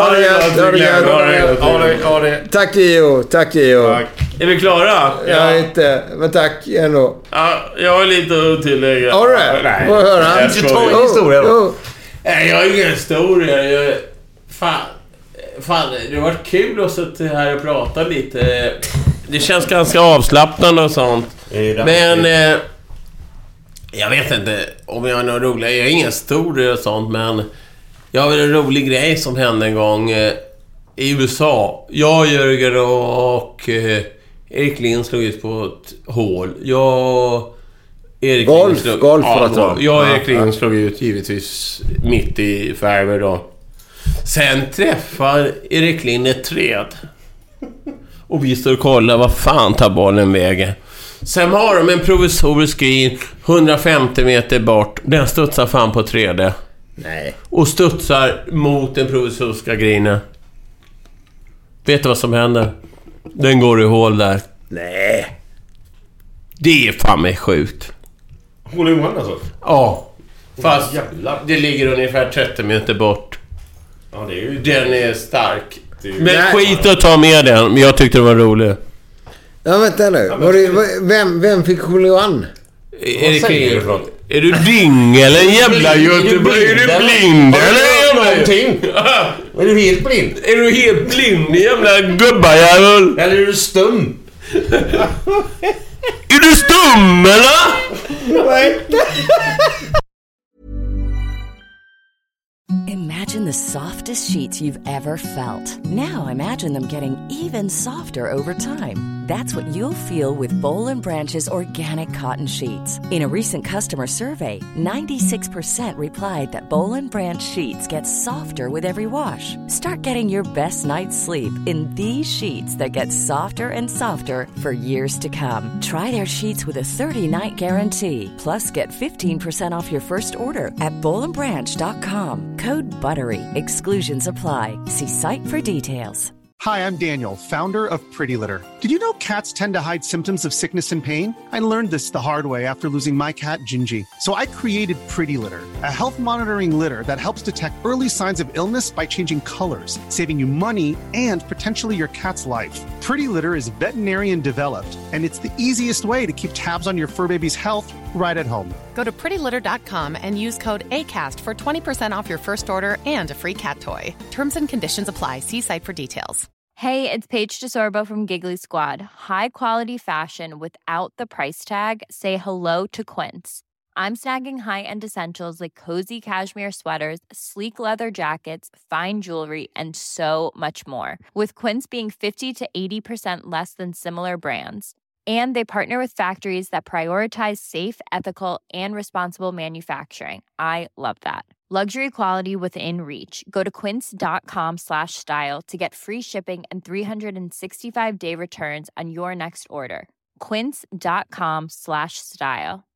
det gött. Tack Gio. Tack. Är vi klara? Ja, inte. Men tack ändå. Ja, jag har lite att tillägga. Har du det? Nej. Får höra? Jag ska ta en historia då. Nej, jag har ingen historia. Fan, det har varit kul att sitta här och prata lite. Det känns ganska avslappnande och sånt. Men jag vet inte om jag har något roligt. Jag har ingen historia och sånt, men jag har en rolig grej som hände en gång i USA. Jag, Jörgen och Erik Lind slog ut på ett hål. Jag Golf för att dra. Jag och Erik Lindgren slog ut givetvis mitt i fairway då. Sen träffar Erik Lindgren ett träd. Och vi står och kollar vad fan tar bollen vägen. Sen har de en provisorisk green 150 meter bort. Den studsar fan på trädet. Nej. Och studsar mot den provisoriska greenen. Vet du vad som händer? Den går i hål där. Nej. Det är fan mig sjukt. Hole in one alltså? Ja. Fast det ligger ungefär 30 meter bort. Ja, det är ju... Den är stark. Det är ju... Men skit att ta med den. Men jag tyckte det var roligt. Ja, vänta nu. Vem fick hole in one? Erik Lindgren. Är du ding eller en jävla Göteborg? Är du blind eller någonting? Är du helt blind? Är du helt blind, jävla gubbajävel? Eller är du stum? Är du stum eller? Nej. Imagine the softest sheets you've ever felt. Now imagine them getting even softer over time. That's what you'll feel with Boll & Branch's organic cotton sheets. In a recent customer survey, 96% replied that Boll & Branch sheets get softer with every wash. Start getting your best night's sleep in these sheets that get softer and softer for years to come. Try their sheets with a 30-night guarantee. Plus, get 15% off your first order at bollandbranch.com. Code BUTTERY. Exclusions apply. See site for details. Hi, I'm Daniel, founder of Pretty Litter. Did you know cats tend to hide symptoms of sickness and pain? I learned this the hard way after losing my cat, Gingy. So I created Pretty Litter, a health monitoring litter that helps detect early signs of illness by changing colors, saving you money and potentially your cat's life. Pretty Litter is veterinarian developed, and it's the easiest way to keep tabs on your fur baby's health right at home. Go to prettylitter.com and use code ACAST for 20% off your first order and a free cat toy. Terms and conditions apply. See site for details. Hey, it's Paige DeSorbo from Giggly Squad. High quality fashion without the price tag. Say hello to Quince. I'm snagging high-end essentials like cozy cashmere sweaters, sleek leather jackets, fine jewelry, and so much more. With Quince being 50 to 80% less than similar brands. And they partner with factories that prioritize safe, ethical, and responsible manufacturing. I love that. Luxury quality within reach. Go to quince.com/style to get free shipping and 365-day returns on your next order. Quince.com/style.